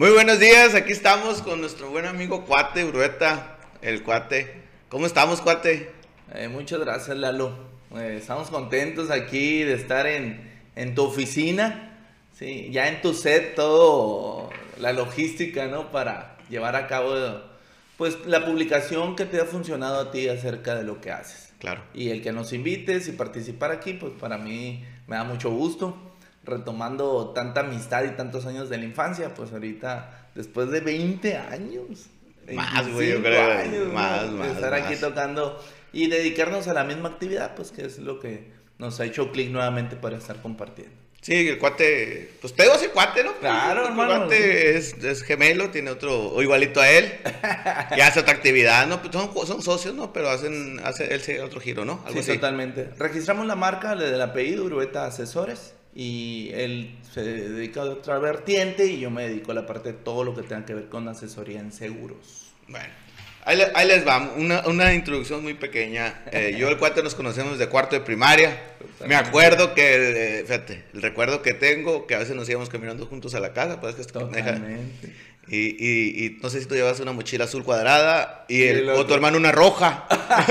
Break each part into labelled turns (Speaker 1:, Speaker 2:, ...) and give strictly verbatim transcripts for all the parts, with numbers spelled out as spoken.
Speaker 1: Muy buenos días, aquí estamos con nuestro buen amigo Cuate Urueta, el Cuate. ¿Cómo estamos, Cuate?
Speaker 2: Eh, muchas gracias, Lalo. Eh, estamos contentos aquí de estar en, en tu oficina, sí, ya en tu set, todo la logística, ¿no? Para llevar a cabo, pues, la publicación que te ha funcionado a ti acerca de lo que haces.
Speaker 1: Claro.
Speaker 2: Y el que nos invites y participar aquí, pues, para mí me da mucho gusto. Retomando tanta amistad y tantos años de la infancia, pues, ahorita, después de veinte años.
Speaker 1: Más, güey, yo creo.
Speaker 2: Años,
Speaker 1: más,
Speaker 2: ¿no?
Speaker 1: más,
Speaker 2: estar
Speaker 1: más.
Speaker 2: aquí tocando y dedicarnos a la misma actividad, pues que es lo que nos ha hecho clic nuevamente para estar compartiendo.
Speaker 1: Sí, el Cuate, pues te digo ese Cuate, ¿no?
Speaker 2: Claro,
Speaker 1: el
Speaker 2: hermano.
Speaker 1: Cuate
Speaker 2: Sí.
Speaker 1: es, es gemelo, tiene otro, o igualito a él, que hace otra actividad, ¿no? Pues son, son socios, ¿no? Pero hacen, hace él sigue otro giro, ¿no? Algo
Speaker 2: Sí,
Speaker 1: así.
Speaker 2: totalmente. Registramos la marca le del apellido Urueta Asesores y él se dedica a otra vertiente y yo me dedico a la parte de todo lo que tenga que ver con asesoría en seguros.
Speaker 1: Bueno, ahí, le- ahí les va, una, una introducción muy pequeña. Eh, yo y el Cuate nos conocemos de cuarto de primaria. Me acuerdo que, eh, fíjate, el recuerdo que tengo, que a veces nos íbamos caminando juntos a la casa, pues es que es pendeja.
Speaker 2: Totalmente.
Speaker 1: Y, y, y no sé si tú llevas una mochila azul cuadrada y,
Speaker 2: Y
Speaker 1: el,
Speaker 2: el
Speaker 1: o tu
Speaker 2: otro.
Speaker 1: hermano una roja.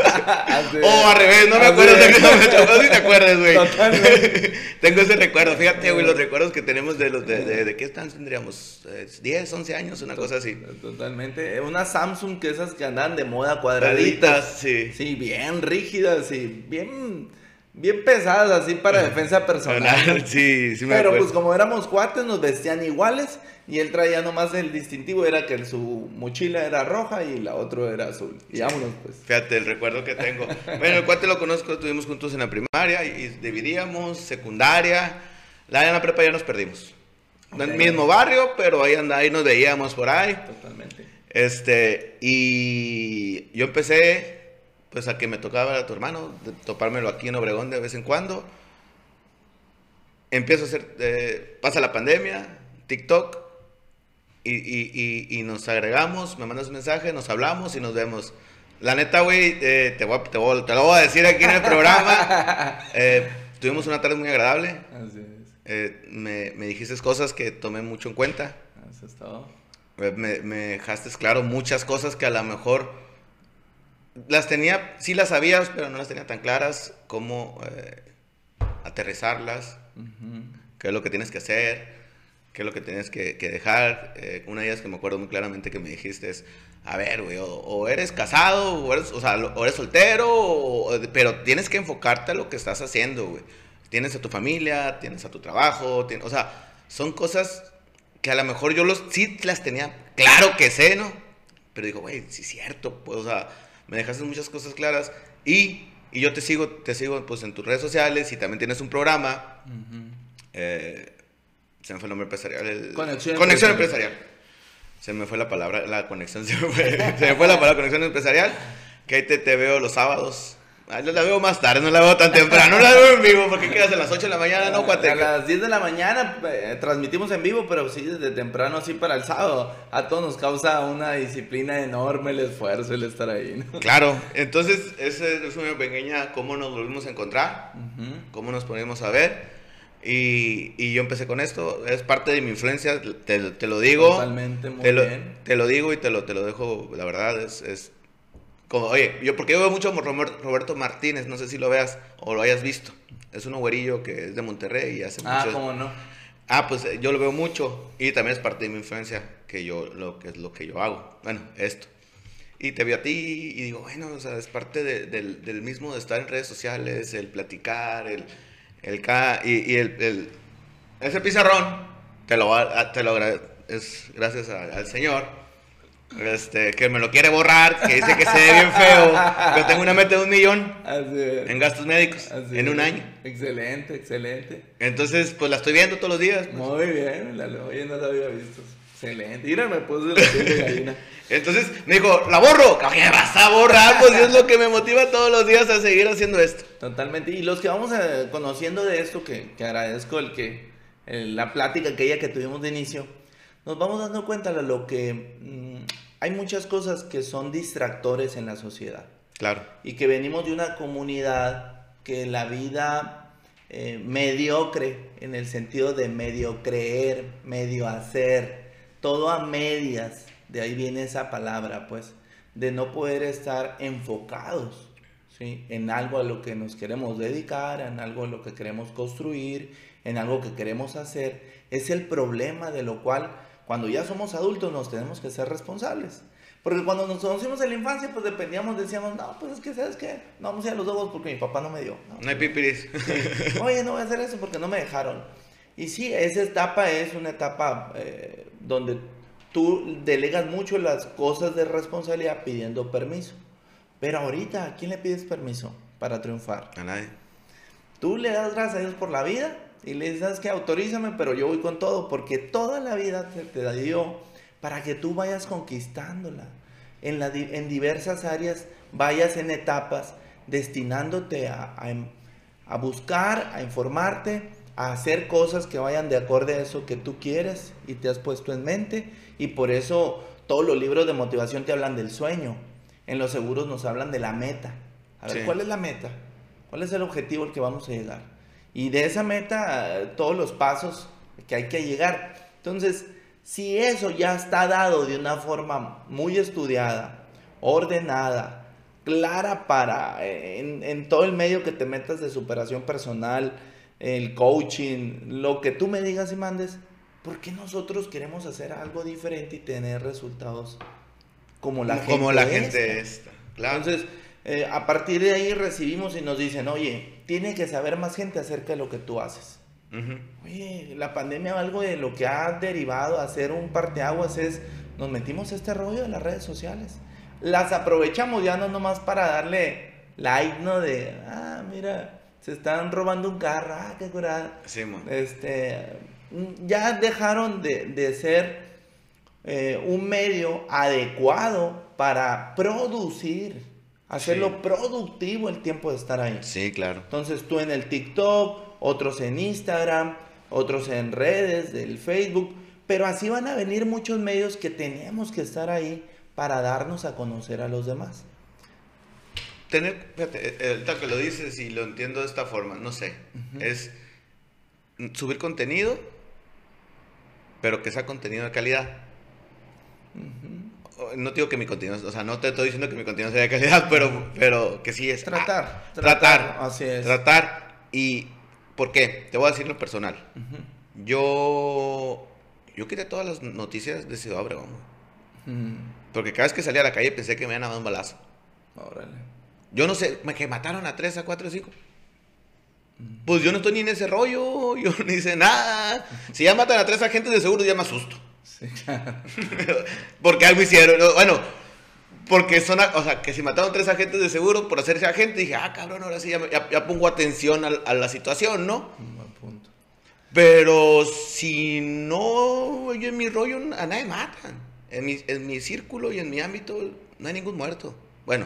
Speaker 2: Así
Speaker 1: O
Speaker 2: es.
Speaker 1: al revés, no me
Speaker 2: Así
Speaker 1: acuerdo
Speaker 2: es.
Speaker 1: exactamente, no sé si te acuerdas, güey.
Speaker 2: Totalmente.
Speaker 1: Tengo ese recuerdo, fíjate, güey, los recuerdos que tenemos de los de, de, de qué tan tendríamos, eh, diez, once años, una cosa así.
Speaker 2: Totalmente. Eh, Una Samsung que esas que andan de moda cuadraditas.
Speaker 1: Cuadraditas, sí.
Speaker 2: Sí, bien rígidas y bien, bien pesadas así para defensa personal.
Speaker 1: Sí, sí me
Speaker 2: Pero
Speaker 1: acuerdo.
Speaker 2: pues como éramos cuates nos vestían iguales y él traía nomás el distintivo era que su mochila era roja y la otra era azul. Y vámonos pues.
Speaker 1: Fíjate, el recuerdo que tengo. Bueno, el Cuate lo conozco, estuvimos juntos en la primaria y, y dividíamos, secundaria. La en la prepa ya nos perdimos. No en el
Speaker 2: Ok.
Speaker 1: mismo barrio, pero ahí anda, ahí nos veíamos por ahí.
Speaker 2: Totalmente.
Speaker 1: Este, y yo empecé, pues a que me tocaba a tu hermano, de topármelo aquí en Obregón de vez en cuando. Empiezo a hacer, eh, pasa la pandemia, TikTok, y, y, y, y nos agregamos, me mandas un mensaje, nos hablamos y nos vemos. La neta, güey, eh, te, voy a- te, voy a- te lo voy a decir aquí en el programa. Eh, tuvimos una tarde muy agradable.
Speaker 2: Así es.
Speaker 1: Eh, me, me dijiste cosas que tomé mucho en cuenta.
Speaker 2: Eso es todo.
Speaker 1: Eh, Me, me dejaste claro muchas cosas que a lo mejor las tenía, sí las sabías, pero no las tenía tan claras. Cómo eh, aterrizarlas,
Speaker 2: Ujú.
Speaker 1: qué es lo que tienes que hacer, qué es lo que tienes que, que dejar. Eh, una de ellas que me acuerdo muy claramente que me dijiste es, a ver, güey, o, o eres casado, o eres, o sea, lo- o eres soltero, o- o- pero tienes que enfocarte a lo que estás haciendo, güey. Tienes a tu familia, tienes a tu trabajo, tien- o sea, son cosas que a lo mejor yo los, sí las tenía, claro que sé, ¿no? Pero digo, güey, sí es cierto, pues, o sea, me dejaste muchas cosas claras y, y yo te sigo, te sigo, pues, en tus redes sociales y también tienes un programa,
Speaker 2: Ujú.
Speaker 1: eh, se me fue el nombre empresarial. el-
Speaker 2: Conexión
Speaker 1: Conexión
Speaker 2: Empresarial.
Speaker 1: empresarial. Se me fue la palabra, la conexión se me fue. Se me fue la palabra conexión empresarial. Que ahí te, te veo los sábados. Ah, yo la veo más tarde, no la veo tan temprano. No la veo en vivo porque quedas a las ocho de la mañana, no,
Speaker 2: A
Speaker 1: Cuate.
Speaker 2: las diez de la mañana eh, transmitimos en vivo, pero sí desde temprano, así para el sábado. A todos nos causa una disciplina enorme el esfuerzo el estar ahí, ¿no?
Speaker 1: Claro, entonces esa es una pequeña cómo nos volvimos a encontrar,
Speaker 2: Ujú.
Speaker 1: cómo nos ponemos a ver. Y, y yo empecé con esto, es parte de mi influencia, te, te lo digo.
Speaker 2: Totalmente, muy
Speaker 1: te lo,
Speaker 2: bien.
Speaker 1: Te lo digo y te lo, te lo dejo, la verdad, es, es como, oye, yo porque yo veo mucho a Romer- Roberto Martínez, no sé si lo veas o lo hayas visto. Es un güerillo que es de Monterrey y hace
Speaker 2: Ah,
Speaker 1: mucho.
Speaker 2: cómo no.
Speaker 1: Ah, pues eh, yo lo veo mucho y también es parte de mi influencia que yo lo que es lo que yo hago. Bueno, esto. Y te veo a ti y digo, bueno, o sea, es parte de- del, del mismo de estar en redes sociales, el platicar, el, el ca- y, y el, el- ese pizarrón te lo va- te lo agra- es gracias a- al Señor. Este, que me lo quiere borrar, que dice que se ve bien feo. Yo tengo una meta de un millón
Speaker 2: Así es.
Speaker 1: en gastos médicos
Speaker 2: Así
Speaker 1: en un
Speaker 2: es.
Speaker 1: año.
Speaker 2: Excelente, excelente.
Speaker 1: Entonces, pues la estoy viendo todos los días. pues.
Speaker 2: Muy bien, Lalo. Oye, no lo había visto. Excelente. Mira, me puse la piel de gallina.
Speaker 1: Entonces me dijo, la borro. ¿Qué vas a borrar? Pues es lo que me motiva todos los días a seguir haciendo esto.
Speaker 2: Totalmente. Y los que vamos eh, conociendo de esto, que, que agradezco el que el- la plática aquella que tuvimos de inicio, nos vamos dando cuenta de lo que mm, hay muchas cosas que son distractores en la sociedad
Speaker 1: Claro.
Speaker 2: y que venimos de una comunidad que la vida eh, mediocre, en el sentido de medio creer, medio hacer, todo a medias, de ahí viene esa palabra, pues, de no poder estar enfocados, ¿sí? En algo a lo que nos queremos dedicar, en algo a lo que queremos construir, en algo que queremos hacer. Es el problema de lo cual, cuando ya somos adultos, nos tenemos que ser responsables. Porque cuando nos conocimos en la infancia, pues dependíamos, decíamos, no, pues es que, ¿sabes qué? No vamos a ir a los juegos porque mi papá no me dio. No,
Speaker 1: no hay pipiris.
Speaker 2: Sí. Oye, no voy a hacer eso porque no me dejaron. Y sí, esa etapa es una etapa eh, donde tú delegas mucho las cosas de responsabilidad pidiendo permiso. Pero ahorita, ¿a quién le pides permiso para triunfar?
Speaker 1: A nadie.
Speaker 2: Tú le das gracias a Dios por la vida y le dices, ¿sabes qué? Autorízame, pero yo voy con todo, porque toda la vida te, te la dio para que tú vayas conquistándola. En, la, en diversas áreas, vayas en etapas, destinándote a, a, a buscar, a informarte, a hacer cosas que vayan de acorde a eso que tú quieres y te has puesto en mente. Y por eso todos los libros de motivación te hablan del sueño. En los seguros nos hablan de la meta. A ver, sí. ¿Cuál es la meta? ¿Cuál es el objetivo al que vamos a llegar? Y de esa meta, todos los pasos que hay que llegar. Entonces, si eso ya está dado de una forma muy estudiada, ordenada, clara para en, en todo el medio que te metas de superación personal, el coaching, lo que tú me digas y mandes, ¿por qué nosotros queremos hacer algo diferente y tener resultados como la gente
Speaker 1: como la gente esta? Claro.
Speaker 2: Entonces, eh, a partir de ahí recibimos y nos dicen, oye, tiene que saber más gente acerca de lo que tú haces. Uh-huh. Oye, la pandemia, algo de lo que ha derivado a hacer un parteaguas es, nos metimos a este rollo de las redes sociales. Las aprovechamos ya no nomás para darle like, ¿no? De, ah, mira, se están robando un carro, ah, qué curada.
Speaker 1: Sí, man.
Speaker 2: Este, ya dejaron de, de ser eh, un medio adecuado para producir, hacerlo sí. productivo el tiempo de estar ahí.
Speaker 1: Sí, claro.
Speaker 2: Entonces tú en el TikTok, otros en Instagram, otros en redes del Facebook, pero así van a venir muchos medios que tenemos que estar ahí para darnos a conocer a los demás.
Speaker 1: Tener, fíjate, ahorita que lo dices y lo entiendo de esta forma, no sé, uh-huh. es subir contenido, pero que sea contenido de calidad. Uh-huh. No digo que mi contenido, o sea, no te estoy diciendo que mi contenido sea de calidad, pero, pero que sí es...
Speaker 2: Tratar,
Speaker 1: ah, tratar,
Speaker 2: tratar, así es.
Speaker 1: Tratar, y ¿por qué? Te voy a decir lo personal. Uh-huh. Yo, yo quité todas las noticias de Ciudad Obregón, uh-huh. porque cada vez que salía a la calle pensé que me iban a dar un balazo.
Speaker 2: Órale.
Speaker 1: Yo no sé, que mataron a tres, a cuatro, a cinco. Pues yo no estoy ni en ese rollo, yo ni hice nada. Si ya matan a tres agentes de seguro, ya me asusto.
Speaker 2: Sí, claro.
Speaker 1: Porque algo hicieron. Bueno, porque son, o sea, que si mataron tres agentes de seguro por hacerse agente, dije, ah, cabrón, ahora sí ya, ya, ya pongo atención a, a la situación, ¿no?
Speaker 2: Un buen punto.
Speaker 1: Pero si no, yo en mi rollo a nadie matan. En mi, en mi círculo y en mi ámbito no hay ningún muerto. Bueno.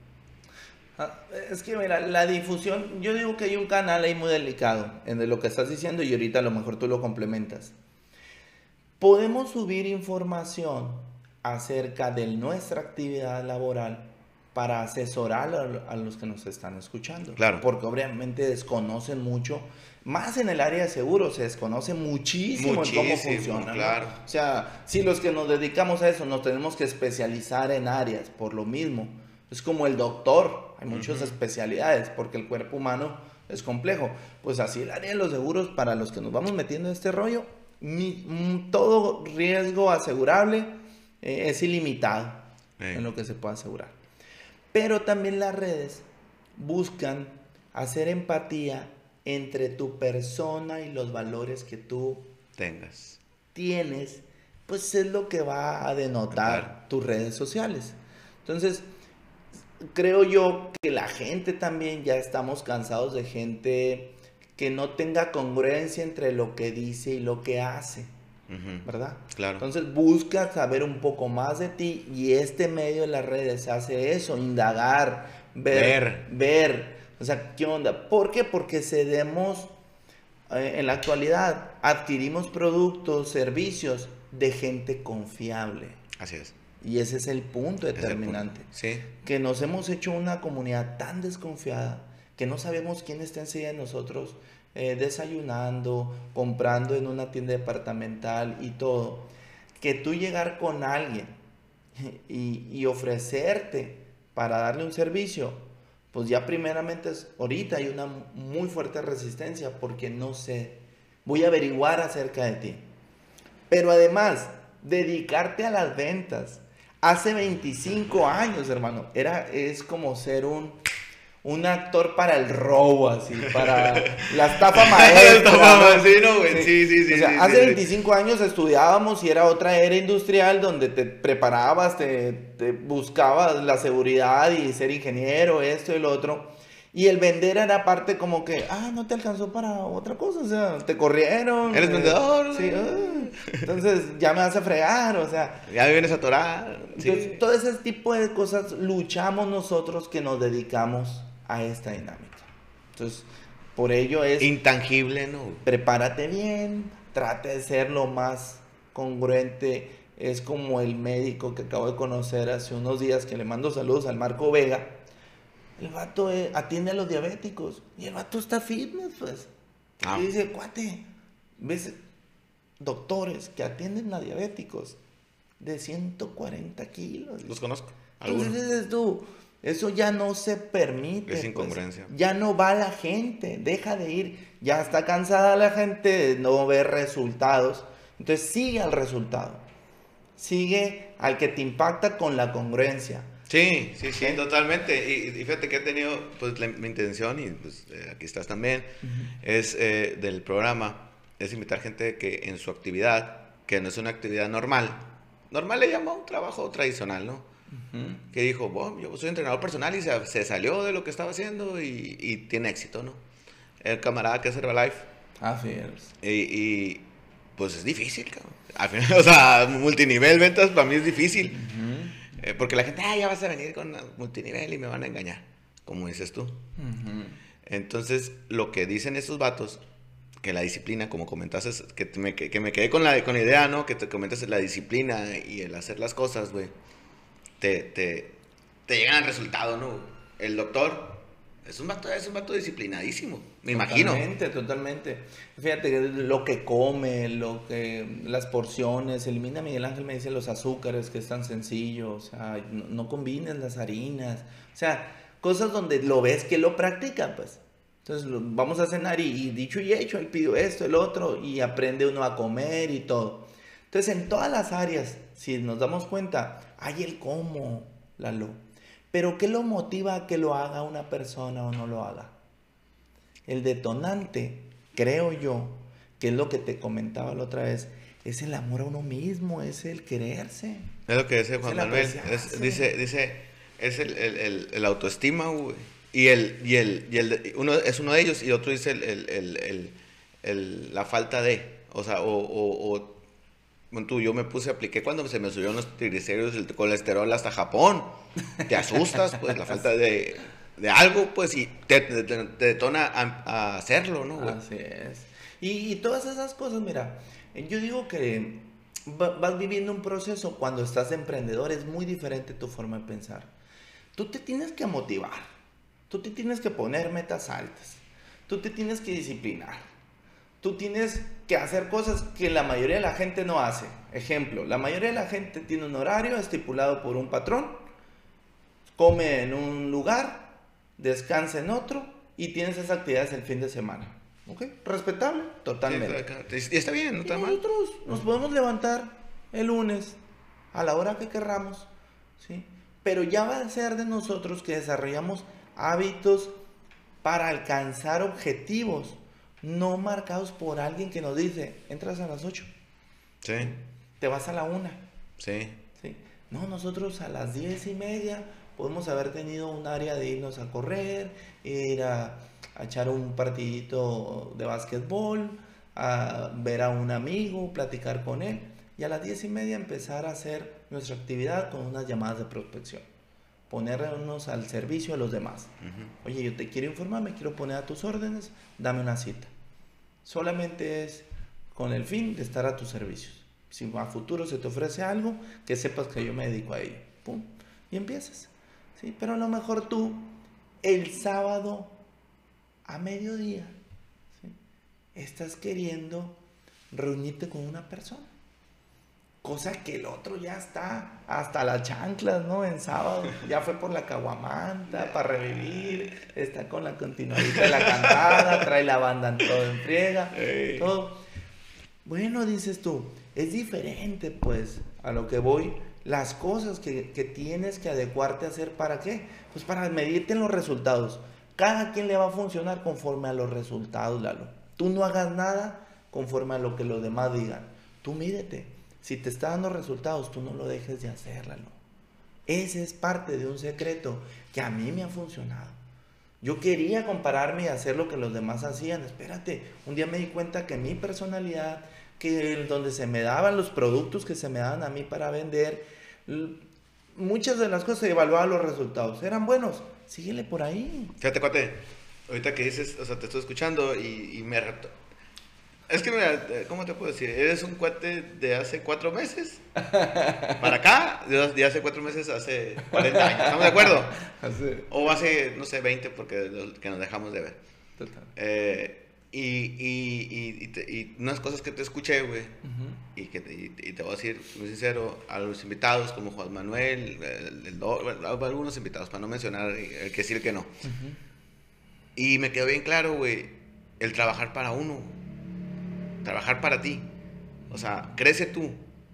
Speaker 2: Es que mira, la difusión, yo digo que hay un canal ahí muy delicado en lo que estás diciendo y ahorita a lo mejor tú lo complementas. Podemos subir información acerca de nuestra actividad laboral para asesorar a, a los que nos están escuchando.
Speaker 1: Claro.
Speaker 2: Porque obviamente desconocen mucho, más en el área de seguros, se desconoce muchísimo, muchísimo en cómo funciona.
Speaker 1: Claro.
Speaker 2: ¿No? O sea, si los que nos dedicamos a eso nos tenemos que especializar en áreas por lo mismo. Es como el doctor, hay muchas uh-huh. especialidades porque el cuerpo humano es complejo. Pues así el área de los seguros, para los que nos vamos metiendo en este rollo, mi, m, todo riesgo asegurable eh, es ilimitado hey. en lo que se puede asegurar. Pero también las redes buscan hacer empatía entre tu persona y los valores que tú
Speaker 1: tengas.
Speaker 2: Tienes, pues es lo que va a denotar claro. tus redes sociales. Entonces, creo yo que la gente también ya estamos cansados de gente que no tenga congruencia entre lo que dice y lo que hace, uh-huh. ¿verdad?
Speaker 1: Claro.
Speaker 2: Entonces busca saber un poco más de ti y este medio de las redes hace eso, indagar, ver, ver, ver. O sea, ¿qué onda? ¿Por qué? Porque cedemos, eh, en la actualidad, adquirimos productos, servicios de gente confiable.
Speaker 1: Así es.
Speaker 2: Y ese es el punto determinante.
Speaker 1: Punto. Sí.
Speaker 2: Que nos hemos hecho una comunidad tan desconfiada que no sabemos quién está enseguida de nosotros eh, desayunando, comprando en una tienda departamental y todo. que tú llegar con alguien y, y ofrecerte para darle un servicio, pues ya primeramente es, ahorita hay una muy fuerte resistencia porque no sé, voy a averiguar acerca de ti. Pero además, dedicarte a las ventas. Hace veinticinco años, hermano, era, es como ser un, un actor para el robo, así, para la estafa maestra.
Speaker 1: ¿no?
Speaker 2: ¿no?
Speaker 1: Sí, no, güey. Sí, sí, sí.
Speaker 2: O sea,
Speaker 1: sí,
Speaker 2: hace
Speaker 1: sí,
Speaker 2: veinticinco años estudiábamos y era otra era industrial donde te preparabas, te, te buscabas la seguridad y ser ingeniero, esto y lo otro. Y el vender era parte como que, ah, no te alcanzó para otra cosa, o sea, te corrieron.
Speaker 1: ¿Eres
Speaker 2: eh,
Speaker 1: vendedor?
Speaker 2: Sí, uh, entonces ya me vas a fregar, o sea.
Speaker 1: Ya me vienes a atorar.
Speaker 2: Entonces,
Speaker 1: Sí.
Speaker 2: todo ese tipo de cosas luchamos nosotros que nos dedicamos a esta dinámica. Entonces, por ello es,
Speaker 1: Intangible, ¿no?
Speaker 2: prepárate bien, trate de ser lo más congruente. Es como el médico que acabo de conocer hace unos días, que le mando saludos al Marco Vega. El vato eh, atiende a los diabéticos y el vato está fitness, pues.
Speaker 1: Ah.
Speaker 2: Y dice, cuate, ves doctores que atienden a diabéticos de ciento cuarenta kilos.
Speaker 1: Los conozco.
Speaker 2: Entonces
Speaker 1: Algunos.
Speaker 2: dices tú, eso ya no se permite.
Speaker 1: Es incongruencia.
Speaker 2: Pues. Ya no va la gente, deja de ir. Ya está cansada la gente de no ver resultados. Entonces sigue al resultado. Sigue al que te impacta con la congruencia.
Speaker 1: Sí, sí, sí,
Speaker 2: ¿Sí?
Speaker 1: totalmente. Y, y fíjate que he tenido, pues, la, mi intención, y pues eh, aquí estás también, uh-huh. es eh, del programa, es invitar gente que en su actividad, que no es una actividad normal, normal le llama un trabajo tradicional, ¿no? Uh-huh. Que dijo, bueno, yo soy entrenador personal y se, se salió de lo que estaba haciendo y, y tiene éxito, ¿no? El camarada que es Herbalife.
Speaker 2: Así es.
Speaker 1: Y, y pues es difícil, cabrón. Al final, o sea, multinivel ventas para mí es difícil. Uh-huh. Eh, porque la gente, ah, ya vas a venir con multinivel y me van a engañar, como dices tú. Uh-huh. Entonces, lo que dicen estos vatos, que la disciplina, como comentaste, que me, que me quedé con la, con la idea, ¿no? Que te comentas la disciplina y el hacer las cosas, güey, te, te, te llegan al resultado, ¿no? El doctor es un vato, es un vato disciplinadísimo, me imagino.
Speaker 2: Totalmente, totalmente. Fíjate que lo que come, lo que, las porciones, elimina, Miguel Ángel me dice los azúcares, que es tan sencillo, o sea, no, no combines las harinas, o sea, cosas donde lo ves que lo practican, pues. Entonces lo, vamos a cenar y, y dicho y hecho, él pidió esto, el otro, y aprende uno a comer y todo. Entonces en todas las áreas, si nos damos cuenta, hay el cómo, Lalo. Pero ¿qué lo motiva a que lo haga una persona o no lo haga? El detonante, creo yo, que es lo que te comentaba la otra vez, es el amor a uno mismo, es el quererse.
Speaker 1: Es lo que dice Juan Manuel, es, dice, dice, es el, el, el, el autoestima, güey. Y el, y el, y el, uno es uno de ellos y otro dice el, el, el, el, el, la falta de, o sea, o, o, o bueno, tú, yo me puse, apliqué cuando se me subieron los triglicéridos, el colesterol hasta Japón. Te asustas, pues, la falta de, de algo, pues, y te, te, te detona a, a hacerlo, ¿no? Güey?
Speaker 2: Así es. Y, y todas esas cosas, mira, yo digo que va, vas viviendo un proceso cuando estás emprendedor, es muy diferente tu forma de pensar. Tú te tienes que motivar, tú te tienes que poner metas altas, tú te tienes que disciplinar. Tú tienes que hacer cosas que la mayoría de la gente no hace. Ejemplo, la mayoría de la gente tiene un horario estipulado por un patrón, come en un lugar, descansa en otro y tienes esas actividades el fin de semana. ¿Ok? Respetable, totalmente.
Speaker 1: Sí, y está bien, no está mal.
Speaker 2: Nosotros nos podemos levantar el lunes a la hora que querramos, ¿sí? Pero ya va a ser de nosotros que desarrollamos hábitos para alcanzar objetivos no marcados por alguien que nos dice, entras a las ocho.
Speaker 1: Sí.
Speaker 2: Te vas a la una.
Speaker 1: Sí.
Speaker 2: Sí. No, nosotros a las diez y media podemos haber tenido un área de irnos a correr, ir a, a echar un partidito de básquetbol, a ver a un amigo, platicar con él. Y a las diez y media empezar a hacer nuestra actividad con unas llamadas de prospección. Ponernos al servicio a los demás. Uh-huh. Oye, yo te quiero informar, me quiero poner a tus órdenes, dame una cita. Solamente es con el fin de estar a tus servicios. Si a futuro se te ofrece algo, que sepas que yo me dedico a ello. Pum, y empiezas. ¿Sí? Pero a lo mejor tú, el sábado a mediodía, ¿sí?, estás queriendo reunirte con una persona. Cosa que el otro ya está hasta las chanclas, ¿no? En sábado, ya fue por la caguamanta para revivir, está con la continuidad de la cantada, trae la banda en todo en friega,
Speaker 1: Ey.
Speaker 2: todo. Bueno, dices tú, es diferente pues a lo que voy, las cosas que, que tienes que adecuarte a hacer, ¿para qué? Pues para medirte en los resultados. Cada quien le va a funcionar conforme a los resultados, Lalo. Tú no hagas nada conforme a lo que los demás digan. Tú mídete. Si te está dando resultados, tú no lo dejes de hacer, Lalo. Ese es parte de un secreto que a mí me ha funcionado. Yo quería compararme y hacer lo que los demás hacían. Espérate, un día me di cuenta que mi personalidad, que donde se me daban los productos que se me daban a mí para vender, muchas de las cosas evaluaban los resultados. Eran buenos. Síguele por ahí.
Speaker 1: Fíjate, cuate, ahorita que dices, o sea, te estoy escuchando y, y me reto. Es que, mira, ¿cómo te puedo decir? Eres un cuate de hace cuatro meses para acá, de, de hace cuatro meses hace cuarenta años. ¿Estamos de acuerdo?
Speaker 2: Así.
Speaker 1: O hace, no sé, veinte, porque lo- que nos dejamos de ver.
Speaker 2: Total.
Speaker 1: Eh, y, y, y, y, te- y unas cosas que te escuché, güey,
Speaker 2: Ujú.
Speaker 1: y que te, y, y te voy a decir muy sincero, a los invitados como Juan Manuel, el, el Do- bueno, a algunos invitados, para no mencionar el que sí, el que no.
Speaker 2: Ujú.
Speaker 1: Y me quedó bien claro, güey, el trabajar para uno, trabajar para ti. O sea, crece tú,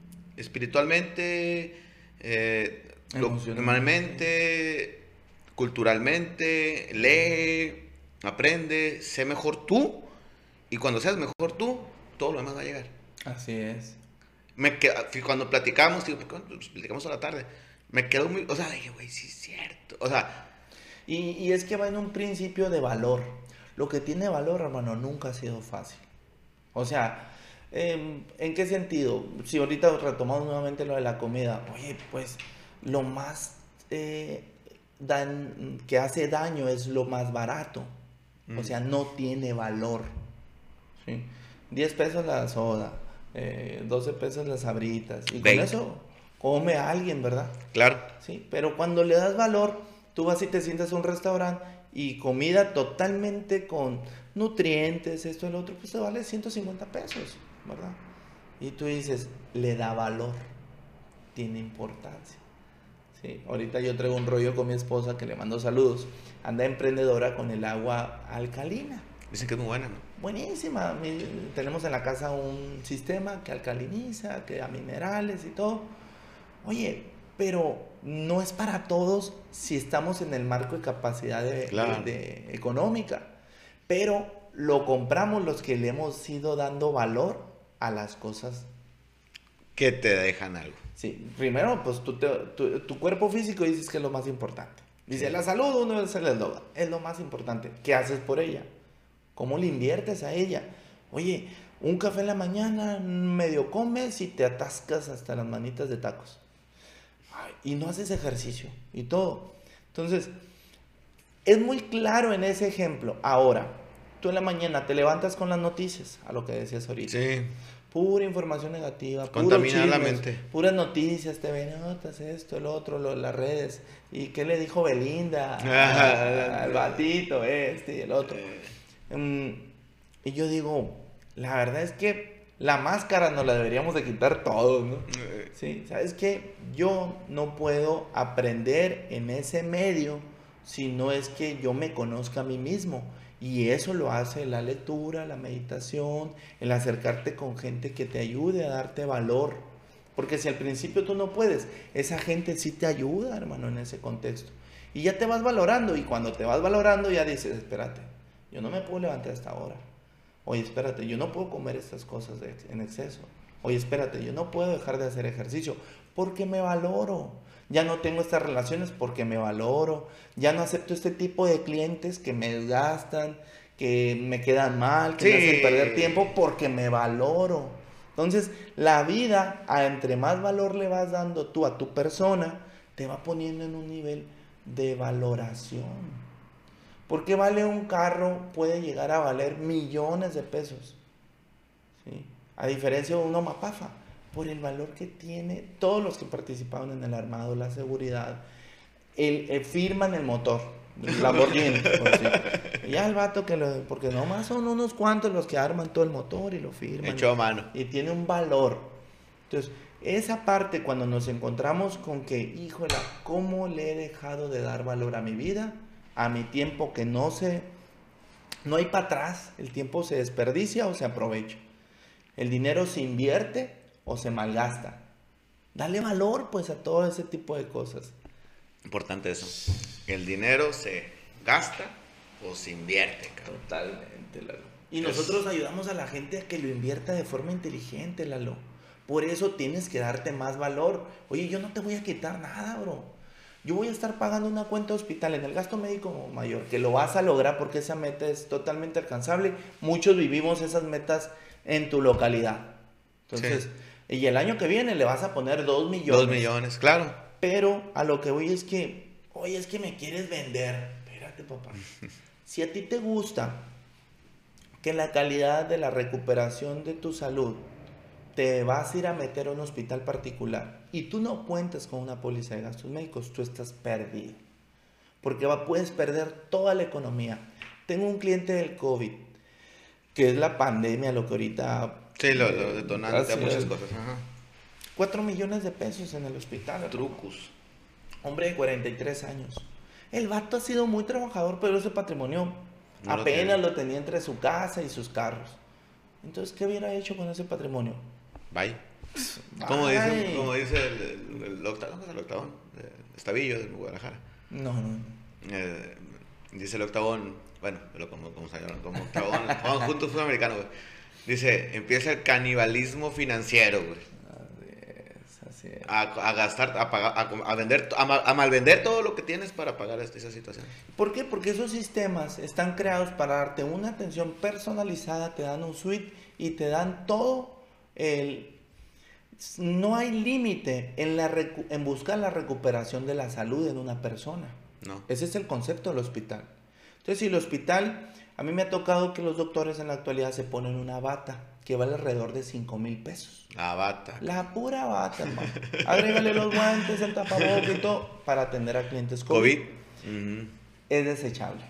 Speaker 1: espiritualmente, eh, lo-
Speaker 2: Emocionalmente.
Speaker 1: normalmente, culturalmente, lee, aprende, sé mejor tú, y cuando seas mejor tú, todo lo demás va a llegar.
Speaker 2: Así es.
Speaker 1: Me queda- fí- cuando platicamos, digo, pues, platicamos a la tarde, me quedó muy, o sea, dije, güey, sí es cierto, o sea,
Speaker 2: Y, y es que va en un principio de valor. Lo que tiene valor, hermano, nunca ha sido fácil. O sea, em, ¿en qué sentido? Si ahorita retomamos nuevamente lo de la comida, oye, pues lo más eh, dan- que hace daño es lo más barato. O
Speaker 1: Mm.
Speaker 2: sea, no tiene valor. ¿Sí? diez pesos la soda, eh, doce pesos las sabritas. Y con
Speaker 1: veinte.
Speaker 2: eso come alguien, ¿verdad?
Speaker 1: claro.
Speaker 2: Sí, pero cuando le das valor, tú vas y te sientas a un restaurante y comida totalmente con nutrientes, esto y lo otro, pues te vale ciento cincuenta pesos, ¿verdad? Y tú dices, le da valor, tiene importancia. Sí, ahorita yo traigo un rollo con mi esposa que le mando saludos. Anda emprendedora con el agua alcalina.
Speaker 1: Dicen que es muy buena, ¿no?
Speaker 2: Buenísima. Mi- tenemos en la casa un sistema que alcaliniza, que da minerales y todo. Oye, pero no es para todos si estamos en el marco de capacidad de,
Speaker 1: Claro.
Speaker 2: de- de económica. Pero lo compramos los que le hemos ido dando valor a las cosas.
Speaker 1: Que te dejan algo.
Speaker 2: Sí, primero, pues tú te- tu, tu cuerpo físico dices que es lo más importante. Dice,
Speaker 1: Sí.
Speaker 2: la salud uno es el eslogan, es lo más importante. ¿Qué haces por ella? ¿Cómo le inviertes a ella? Oye, un café en la mañana, medio comes y te atascas hasta las manitas de tacos. Ay, y no haces ejercicio y todo. Entonces, es muy claro en ese ejemplo. Ahora, tú en la mañana te levantas con las noticias, a lo que decías ahorita.
Speaker 1: Sí.
Speaker 2: Pura información negativa, puro
Speaker 1: Contamina la
Speaker 2: chismes,
Speaker 1: mente.
Speaker 2: puras noticias, T V notas, esto, el otro, lo, las redes. ¿Y qué le dijo Belinda a- al batito, este y el otro? Mm, y yo digo, la verdad es que la máscara nos la deberíamos de quitar todos, ¿no?
Speaker 1: Eh,
Speaker 2: Sí, ¿sabes qué? Yo no puedo aprender en ese medio si no es que yo me conozca a mí mismo. Y eso lo hace la lectura, la meditación, el acercarte con gente que te ayude a darte valor. Porque si al principio tú no puedes, esa gente sí te ayuda, hermano, en ese contexto. Y ya te vas valorando, y cuando te vas valorando ya dices, espérate, yo no me puedo levantar a esta hora. Oye, espérate, yo no puedo comer estas cosas de- en exceso. Oye, espérate, yo no puedo dejar de hacer ejercicio porque me valoro. Ya no tengo estas relaciones porque me valoro. Ya no acepto este tipo de clientes que me desgastan, que me quedan mal, que me
Speaker 1: Sí.
Speaker 2: hacen perder tiempo porque me valoro. Entonces, la vida, a entre más valor le vas dando tú a tu persona, te va poniendo en un nivel de valoración. ¿Por qué vale un carro? Puede llegar a valer millones de pesos. ¿Sí? A diferencia de una mapafa, por el valor que tiene todos los que participaron en el armado, la seguridad, el, el firman el motor, el Lamborghini. por decir. Y ya el vato que lo, porque nomás son unos cuantos los que arman todo el motor y lo firman.
Speaker 1: Hecho a mano.
Speaker 2: Y tiene un valor. Entonces, esa parte cuando nos encontramos con que, híjole, ¿cómo le he dejado de dar valor a mi vida? A mi tiempo que no se... No hay para atrás, el tiempo se desperdicia o se aprovecha. El dinero se invierte o se malgasta. Dale valor pues a todo ese tipo de cosas.
Speaker 1: Importante eso. El dinero se gasta o se invierte, cabrón.
Speaker 2: Totalmente, Lalo. Y nosotros ayudamos a la gente a que lo invierta de forma inteligente, Lalo. Por eso tienes que darte más valor. Oye, yo no te voy a quitar nada, bro. Yo voy a estar pagando una cuenta de hospital en el gasto médico mayor, que lo vas a lograr porque esa meta es totalmente alcanzable. Muchos vivimos esas metas en tu localidad. Entonces, sí. Y el año que viene le vas a poner dos millones.
Speaker 1: Dos millones, claro.
Speaker 2: Pero a lo que voy es que, oye, es que me quieres vender. Espérate, papá. Si a ti te gusta que la calidad de la recuperación de tu salud te vas a ir a meter a un hospital particular y tú no cuentas con una póliza de gastos médicos, tú estás perdido. Porque va, puedes perder toda la economía. Tengo un cliente del COVID, que es la pandemia, lo que ahorita...
Speaker 1: Sí, lo, lo detonante a muchas cosas. Ajá.
Speaker 2: Cuatro millones de pesos en el hospital.
Speaker 1: Trucos.
Speaker 2: Hombre de cuarenta y tres años. El vato ha sido muy trabajador, pero ese patrimonio no apenas lo, lo tenía entre su casa y sus carros. Entonces, ¿qué hubiera hecho con ese patrimonio?
Speaker 1: Bye. ¿Cómo dice, como dice el, el, el octavón? El octavón, Estavillo de Guadalajara.
Speaker 2: No, no.
Speaker 1: Eh, dice el octavón, bueno, pero como, como, como octavón, vamos juntos, fue americano, güey. Dice, empieza el canibalismo financiero, güey.
Speaker 2: Así es.
Speaker 1: A, a gastar, a, pagar, a, a vender, a, a malvender todo lo que tienes para pagar esa situación.
Speaker 2: ¿Por qué? Porque esos sistemas están creados para darte una atención personalizada, te dan un suite y te dan todo el... No hay límite en, la recu... en buscar la recuperación de la salud en una persona.
Speaker 1: No.
Speaker 2: Ese es el concepto del hospital. Entonces, si el hospital... A mí me ha tocado que los doctores en la actualidad se ponen una bata que vale alrededor de cinco mil pesos.
Speaker 1: La bata.
Speaker 2: La pura bata, hermano. Agrégale los guantes, el tapabocas y todo para atender a clientes COVID. COVID. Uh-huh. Es desechable.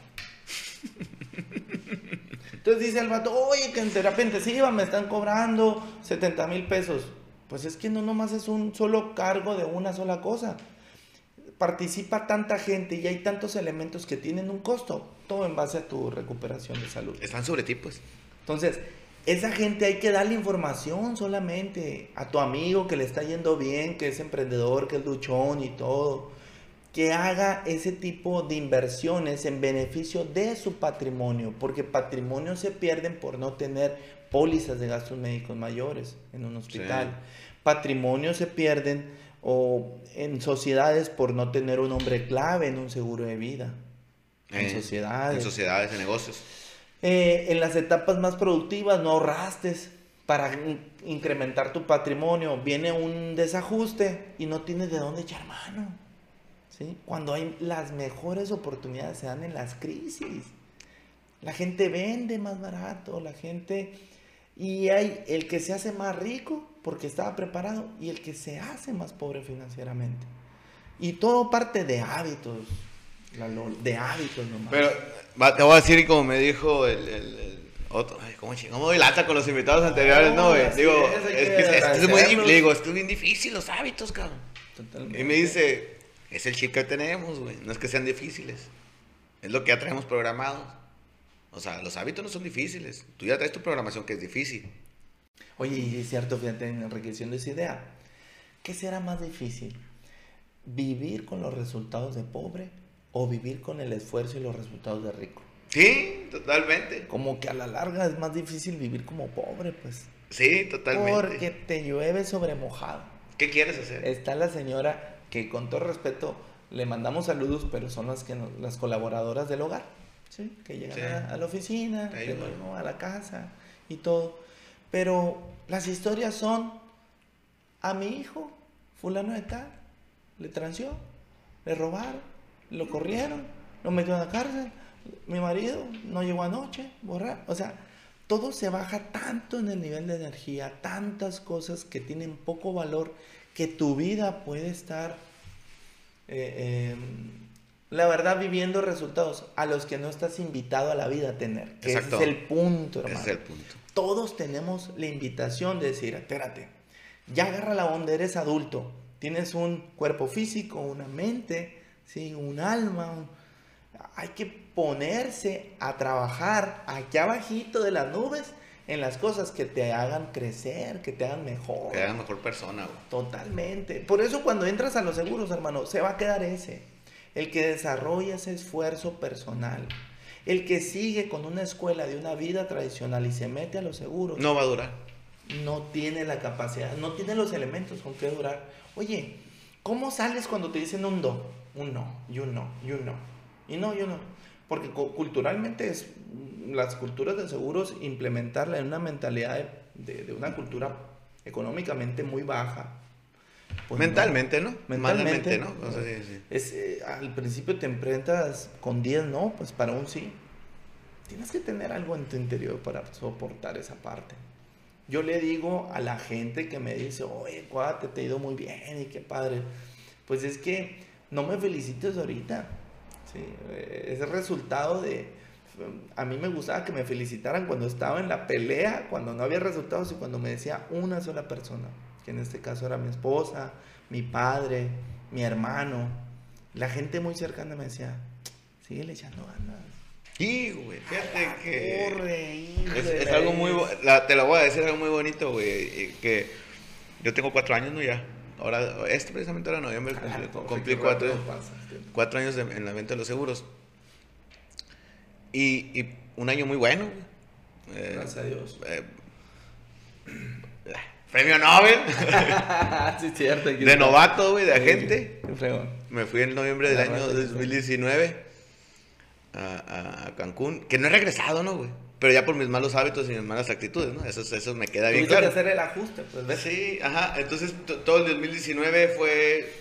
Speaker 2: Entonces dice el vato, oye, que en terapia intensiva me están cobrando setenta mil pesos. Pues es que no nomás es un solo cargo de una sola cosa. Participa tanta gente y hay tantos elementos que tienen un costo, todo en base a tu recuperación de salud.
Speaker 1: Están sobre ti, pues.
Speaker 2: Entonces, esa gente hay que darle información solamente a tu amigo que le está yendo bien, que es emprendedor, que es luchón y todo, que haga ese tipo de inversiones en beneficio de su patrimonio, porque patrimonios se pierden por no tener pólizas de gastos médicos mayores en un hospital. Sí. Patrimonios se pierden o en sociedades por no tener un hombre clave en un seguro de vida. En
Speaker 1: eh,
Speaker 2: sociedades.
Speaker 1: En sociedades, en negocios.
Speaker 2: Eh, en las etapas más productivas no ahorraste para in- incrementar tu patrimonio. Viene un desajuste y no tienes de dónde echar mano. ¿Sí? Cuando hay las mejores oportunidades se dan en las crisis. La gente vende más barato, la gente... Y hay el que se hace más rico porque estaba preparado y el que se hace más pobre financieramente. Y todo parte de hábitos, de hábitos nomás.
Speaker 1: Pero va, te voy a decir como me dijo el, el, el otro, ay, ¿cómo, ¿cómo doy lata con los invitados anteriores? No, güey. Digo, es, es, que, es, es, es muy difícil, le digo, es que es bien difícil los hábitos, cabrón. Totalmente. Y me dice, es el chip que tenemos, güey, no es que sean difíciles, es lo que ya traemos programado. O sea, los hábitos no son difíciles. Tú ya traes tu programación que es difícil.
Speaker 2: Oye, y es cierto, fíjate, enriqueciendo esa idea. ¿Qué será más difícil? ¿Vivir con los resultados de pobre o vivir con el esfuerzo y los resultados de rico?
Speaker 1: Sí, totalmente.
Speaker 2: Como que a la larga es más difícil vivir como pobre, pues.
Speaker 1: Sí, totalmente.
Speaker 2: Porque te llueve sobre mojado.
Speaker 1: ¿Qué quieres hacer?
Speaker 2: Está la señora que, con todo respeto, le mandamos saludos, pero son las, que nos, las colaboradoras del hogar. ¿Sí? Que llegan sí. a, a la oficina, que no, a la casa y todo. Pero las historias son, a mi hijo, fulano de tal, le transió, le robaron, lo corrieron, lo metió en la cárcel, mi marido no llegó anoche, borrar. O sea, todo se baja tanto en el nivel de energía, tantas cosas que tienen poco valor, que tu vida puede estar... Eh, eh, la verdad, viviendo resultados a los que no estás invitado a la vida a tener. Que ese es el punto, hermano.
Speaker 1: Ese es el punto.
Speaker 2: Todos tenemos la invitación de decir, espérate, Ya agarra la onda, eres adulto. Tienes un cuerpo físico, una mente, ¿sí? Un alma. Un... Hay que ponerse a trabajar aquí abajito de las nubes en las cosas que te hagan crecer, que te hagan mejor.
Speaker 1: Que te hagan mejor persona, güey.
Speaker 2: Totalmente. Por eso cuando entras a los seguros, hermano, se va a quedar ese. El que desarrolla ese esfuerzo personal. El que sigue con una escuela de una vida tradicional y se mete a los seguros.
Speaker 1: No va a durar.
Speaker 2: No tiene la capacidad, no tiene los elementos con que durar. Oye, ¿cómo sales cuando te dicen un do? Un no, y un no, y un no. Y no, y un no. Porque culturalmente es, las culturas de seguros, implementarla en una mentalidad de, de, de una cultura económicamente muy baja.
Speaker 1: Pues mentalmente, ¿no? ¿no?
Speaker 2: Mentalmente,
Speaker 1: ¿no? O sea, sí, sí.
Speaker 2: Es, eh, al principio te enfrentas con diez no, pues para un sí. Tienes que tener algo en tu interior para soportar esa parte. Yo le digo a la gente que me dice, oye, cuate, te ha ido muy bien y qué padre. Pues es que no me felicites ahorita. Sí, es el resultado de... A mí me gustaba que me felicitaran cuando estaba en la pelea, cuando no había resultados y cuando me decía una sola persona, que en este caso era mi esposa, mi padre, mi hermano. La gente muy cercana me decía, síguele echando ganas.
Speaker 1: Sí, güey, fíjate que
Speaker 2: corre,
Speaker 1: es, es algo muy, la, te lo voy a decir, algo muy bonito, güey, que yo tengo cuatro años, ¿no? Ya, ahora, este precisamente ahora noviembre, ah, cumplí cuatro, cuatro años de, en la venta de los seguros, y, y un año muy bueno, güey.
Speaker 2: Eh, Gracias a Dios. Eh,
Speaker 1: Premio Nobel.
Speaker 2: Sí, cierto.
Speaker 1: De novato, güey, de agente.
Speaker 2: Sí,
Speaker 1: me fui en noviembre del año dos mil diecinueve. A, a Cancún, que no he regresado, ¿no, güey? Pero ya por mis malos hábitos y mis malas actitudes, ¿no? Eso, eso me queda bien claro.
Speaker 2: Tuviste que hacer el ajuste, pues, ¿ves?
Speaker 1: Sí, ajá. Entonces, todo el dos mil diecinueve fue...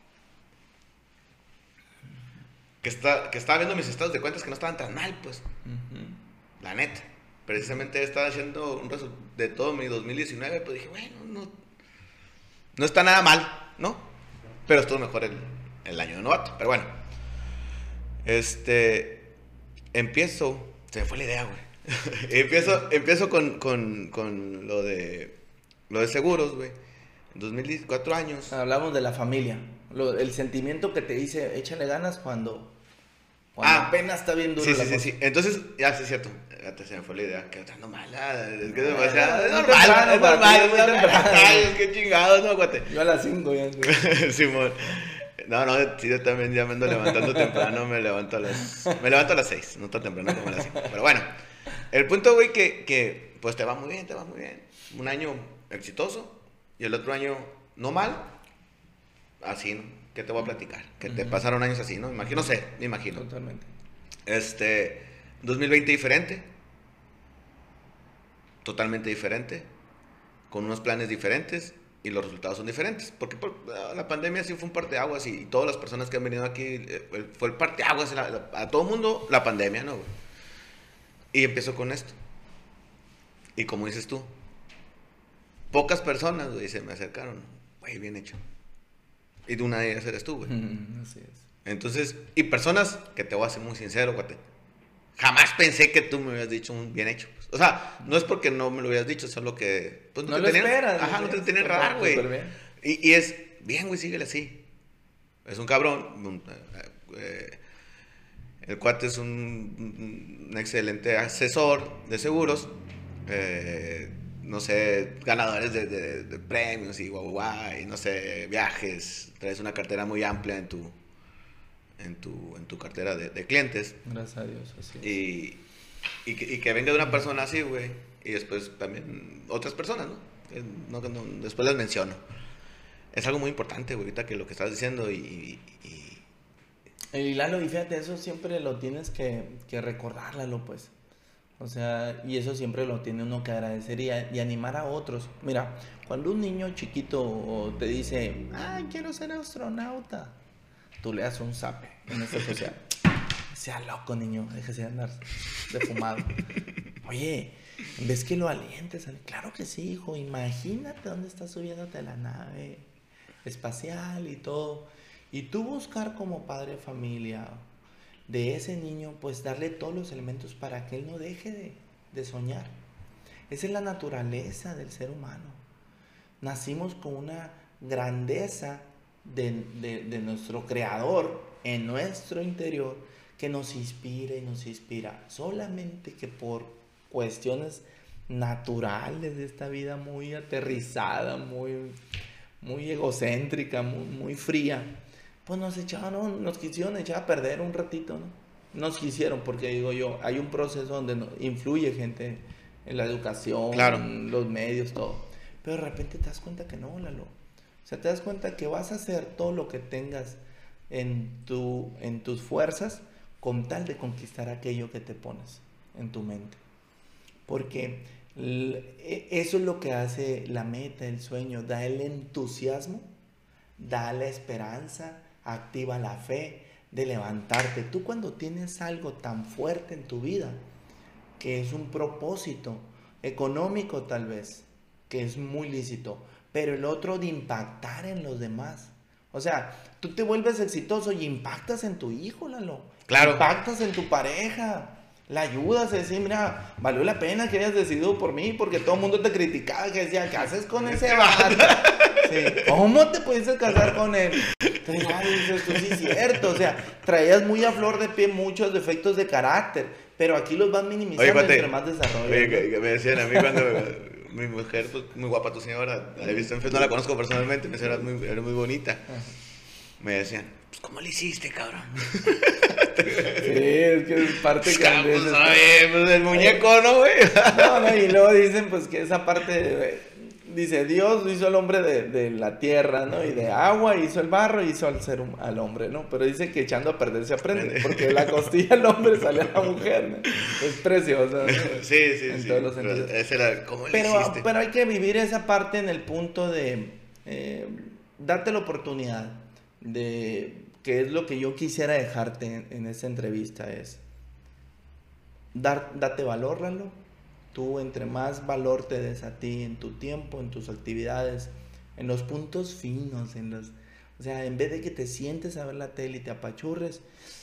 Speaker 1: Que, está, que estaba viendo mis estados de cuentas que no estaban tan mal, pues. Uh-huh. La neta. Precisamente estaba haciendo un resultado de todo mi dos mil diecinueve, pues dije, bueno, no... No está nada mal, ¿no? Pero estuvo mejor el, el año de novato. Pero bueno. Este... Empiezo, se me fue la idea, güey. empiezo empiezo con, con, con lo de lo de seguros, güey. En dos mil diez, cuatro años.
Speaker 2: Hablamos de la familia. Lo, el sentimiento que te dice, échale ganas cuando, cuando ah, apenas está bien duro
Speaker 1: sí,
Speaker 2: la
Speaker 1: sí,
Speaker 2: cosa.
Speaker 1: sí, sí. Entonces, ya sí es cierto. Ya se me fue la idea. Que otra no mala. Es que es demasiado. Es normal, es normal. Es normal. Ay, qué chingados, no, guate.
Speaker 2: Yo a las cinco ya.
Speaker 1: Simón. No, no, sí, yo también ya me ando levantando temprano, me levanto a las... Me levanto a las seis, no tan temprano como a las cinco. Pero bueno, el punto, güey, que, que pues te va muy bien, te va muy bien. Un año exitoso y el otro año no mal, así, ¿no? ¿Qué te voy a platicar? Que uh-huh. te pasaron años así, ¿no? Imagino, no sé, me imagino.
Speaker 2: Totalmente.
Speaker 1: Este, dos mil veinte diferente, totalmente diferente, con unos planes diferentes. Y los resultados son diferentes, porque por, la pandemia sí fue un parteaguas y, y todas las personas que han venido aquí, eh, fue el parteaguas la, la, a todo mundo, la pandemia, ¿no, güey? Y empiezo con esto. Y como dices tú, pocas personas, güey, se me acercaron, güey, bien hecho. Y de una de ellas eres tú, güey.
Speaker 2: Mm, así es.
Speaker 1: Entonces, y personas que te voy a ser muy sincero, güey, jamás pensé que tú me hubieras dicho un bien hecho. O sea, no es porque no me lo hubieras dicho, solo que... Pues,
Speaker 2: no, no te lo tenían, esperas.
Speaker 1: Ajá, no te tenían radar, güey. Y, y es, bien, güey, síguele así. Es un cabrón. Un, eh, el cuate es un, un excelente asesor de seguros. Eh, no sé, ganadores de, de, de premios y guau, guau, guau, y no sé, viajes. Traes una cartera muy amplia en tu... En tu, en tu cartera de, de clientes.
Speaker 2: Gracias a Dios, así es.
Speaker 1: Y, y, que, y que venga de una persona así, güey. Y después también otras personas, ¿no? no, no después les menciono. Es algo muy importante, güey, ahorita que lo que estás diciendo y... y...
Speaker 2: Y Lalo, y fíjate, eso siempre lo tienes que, que recordar, Lalo, pues. O sea, y eso siempre lo tiene uno que agradecer y, a, y animar a otros. Mira, cuando un niño chiquito te dice, ay, quiero ser astronauta, tú le das un zape en esta sociedad. Sea loco, niño, déjese de andar de fumado. Oye, en vez que lo alientes, claro que sí, hijo, imagínate dónde estás subiéndote a la nave espacial y todo. Y tú buscar como padre de familia de ese niño, pues darle todos los elementos para que él no deje de, de soñar. Esa es la naturaleza del ser humano. nacimos con una grandeza de, de, de nuestro creador en nuestro interior que nos inspira y nos inspira. Solamente que por cuestiones naturales de esta vida muy aterrizada, muy, muy egocéntrica, muy, muy fría, pues nos echaban, ¿no? Nos quisieron echar a perder un ratito, ¿no? Nos quisieron, porque digo yo, hay un proceso donde no, influye gente en la educación,
Speaker 1: claro,
Speaker 2: los medios, todo. Pero de repente te das cuenta que no, Lalo. O sea, te das cuenta que vas a hacer todo lo que tengas en, tu, en tus fuerzas con tal de conquistar aquello que te pones en tu mente. Porque eso es lo que hace la meta, el sueño, da el entusiasmo, da la esperanza, activa la fe de levantarte. Tú cuando tienes algo tan fuerte en tu vida, que es un propósito económico tal vez, que es muy lícito, pero el otro de impactar en los demás. O sea, tú te vuelves exitoso y impactas en tu hijo, Lalo.
Speaker 1: Claro.
Speaker 2: Impactas en tu pareja. La ayudas a decir, mira, valió la pena que hayas decidido por mí, porque todo el mundo te criticaba, que decía, ¿qué haces con ese vato? Sí. ¿Cómo te pudiste casar con él? Entonces, ya dices, tú sí es cierto, o sea, traías muy a flor de pie muchos defectos de carácter, pero aquí los vas minimizando.
Speaker 1: Oye, Pate,
Speaker 2: entre más desarrollo.
Speaker 1: Oye, que, que me decían a mí cuando mi mujer, pues, muy guapa tu señora, la he visto en Facebook, no la conozco personalmente, mi señora era muy, era muy bonita. Ajá. Me decían, pues, ¿cómo le hiciste, cabrón?
Speaker 2: Sí, es que es parte
Speaker 1: pues,
Speaker 2: que...
Speaker 1: Pues, oye, pues, el muñeco, ¿no, güey?
Speaker 2: No, no, y luego dicen, pues, que esa parte... De, dice, Dios hizo al hombre de, de la tierra, ¿no? Y de agua, hizo el barro, y hizo al ser al hombre, ¿no? Pero dice que echando a perder se aprende, porque de la costilla del hombre sale a la mujer, ¿no? Es precioso, ¿no?
Speaker 1: Sí, sí,
Speaker 2: en
Speaker 1: sí.
Speaker 2: Todos los sentidos.
Speaker 1: Ese era, ¿cómo le
Speaker 2: pero,
Speaker 1: hiciste?
Speaker 2: pero hay que vivir esa parte en el punto de eh, darte la oportunidad de... que es lo que yo quisiera dejarte en, en esta entrevista, es dar, date valor, Lalo. Tú entre más valor te des a ti en tu tiempo, en tus actividades, en los puntos finos, en los, o sea, en vez de que te sientes a ver la tele y te apachurres,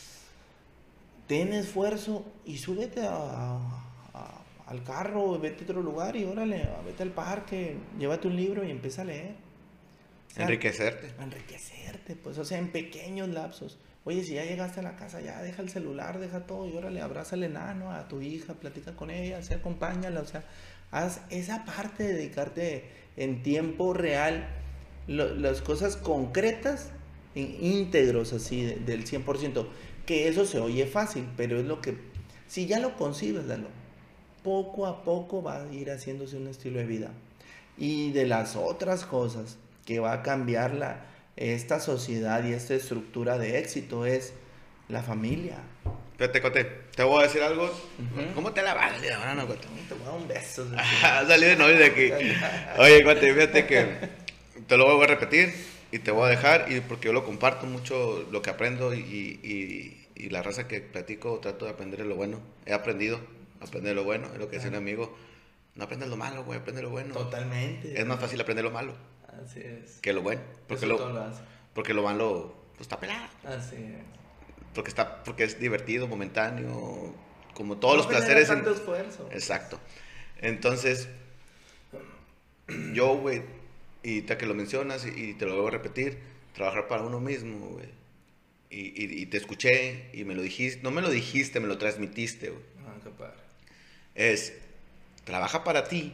Speaker 2: ten esfuerzo y súbete a, a, al carro, vete a otro lugar y órale, vete al parque, llévate un libro y empieza a leer.
Speaker 1: O sea, enriquecerte.
Speaker 2: Enriquecerte, pues, o sea, en pequeños lapsos. Oye, si ya llegaste a la casa, ya deja el celular, deja todo y órale, abraza al enano, a tu hija, platica con ella, se acompáñala, o sea, haz esa parte de dedicarte en tiempo real, lo, las cosas concretas, íntegros así, de, del cien por ciento, que eso se oye fácil, pero es lo que, si ya lo concibes, Lalo, poco a poco va a ir haciéndose un estilo de vida. Y de las otras cosas que va a cambiar la, esta sociedad y esta estructura de éxito es la familia.
Speaker 1: Fíjate, Cote, te voy a decir algo. Uh-huh. ¿Cómo te la vas a salir ahora, no, Cote?
Speaker 2: Te voy a dar un beso.
Speaker 1: Salí de novio de aquí. Oye, Cote, fíjate que te lo voy a repetir y te voy a dejar, y porque yo lo comparto mucho, lo que aprendo, y, y, y la raza que platico, trato de aprender lo bueno. He aprendido a aprender lo bueno, es lo que decía un amigo. No aprendes lo malo, güey, aprende lo bueno.
Speaker 2: Totalmente.
Speaker 1: Es más fácil aprender lo malo.
Speaker 2: Así es.
Speaker 1: Que lo bueno. Porque, lo, lo porque lo malo, pues, está pelado.
Speaker 2: Así es.
Speaker 1: Porque, está, porque es divertido, momentáneo, como todos
Speaker 2: no
Speaker 1: los placeres.
Speaker 2: No tanto esfuerzo.
Speaker 1: Exacto. Entonces, yo, güey, y te que lo mencionas, y, y te lo voy a repetir, trabajar para uno mismo, güey. Y, y, y te escuché, y me lo dijiste, no me lo dijiste, me lo transmitiste, güey.
Speaker 2: Ah, qué padre.
Speaker 1: Es, trabaja para ti,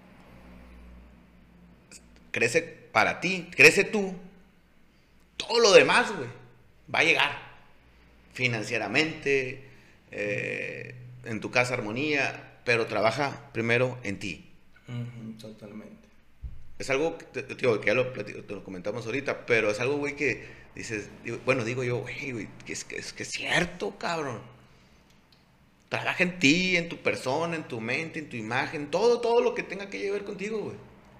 Speaker 1: crece para ti, crece tú, todo lo demás, güey, va a llegar financieramente, eh, en tu casa armonía, pero trabaja primero en ti.
Speaker 2: Uh-huh, totalmente.
Speaker 1: Es algo, que, tío, que ya lo, te lo comentamos ahorita, pero es algo, güey, que dices, digo, bueno, digo yo, güey, que es, que, es, que es cierto, cabrón. Trabaja en ti, en tu persona, en tu mente, en tu imagen, todo, todo lo que tenga que ver contigo, güey.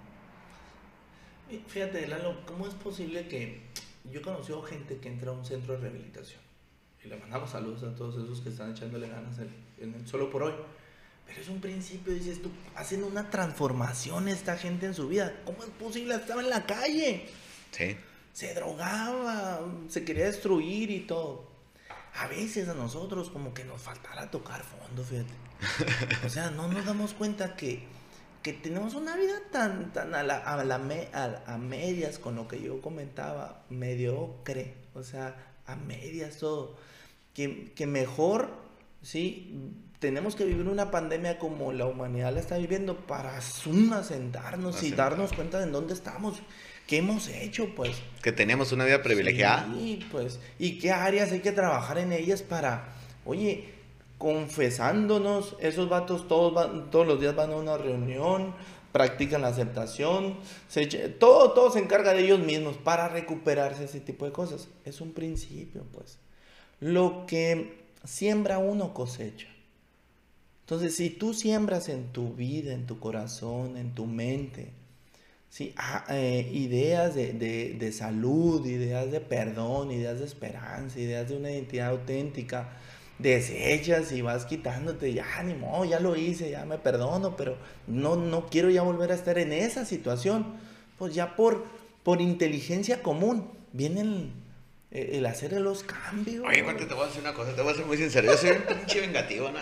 Speaker 2: Fíjate, Lalo, ¿cómo es posible que yo he conocido gente que entra a un centro de rehabilitación? Y le mandamos saludos a todos esos que están echándole ganas en, en el solo por hoy. Pero es un principio, dices tú, hacen una transformación esta gente en su vida. ¿Cómo es posible? Estaba en la calle.
Speaker 1: Sí.
Speaker 2: Se drogaba, se quería destruir y todo. A veces a nosotros como que nos faltará tocar fondo, fíjate. O sea, no nos damos cuenta que, que tenemos una vida tan, tan a, la, a, la me, a, a medias con lo que yo comentaba, mediocre, o sea, a medias todo, que, que mejor, sí, tenemos que vivir una pandemia como la humanidad la está viviendo para suma sentarnos y
Speaker 1: Asentar.
Speaker 2: darnos cuenta de en dónde estamos, qué hemos hecho, pues.
Speaker 1: Que tenemos una vida privilegiada.
Speaker 2: Sí, pues, y qué áreas hay que trabajar en ellas para, oye, confesándonos, esos vatos todos, van, todos los días van a una reunión, practican la aceptación, se, todo, todo se encarga de ellos mismos para recuperarse, ese tipo de cosas. Es un principio, pues. Lo que siembra uno cosecha. Entonces, si tú siembras en tu vida, en tu corazón, en tu mente, ¿sí? ah, eh, ideas de, de, de salud, ideas de perdón, ideas de esperanza, ideas de una identidad auténtica, desechas y vas quitándote, ya ni modo, ya lo hice, ya me perdono, pero no, no quiero ya volver a estar en esa situación. Pues ya por, por inteligencia común viene el, el hacer los cambios.
Speaker 1: Oye, Guate, te voy a decir una cosa, te voy a ser muy sincero. Yo soy un pinche vengativo, ¿no?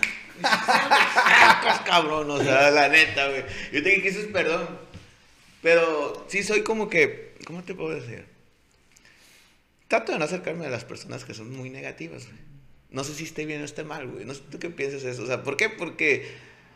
Speaker 1: Sacas, cabrón, o sea, la neta, güey. Yo te dije que eso es perdón. Pero sí soy como que, ¿cómo te puedo decir? Trato de no acercarme a las personas que son muy negativas, güey. No sé si esté bien o esté mal, güey. No sé tú qué piensas eso. O sea, ¿por qué? Porque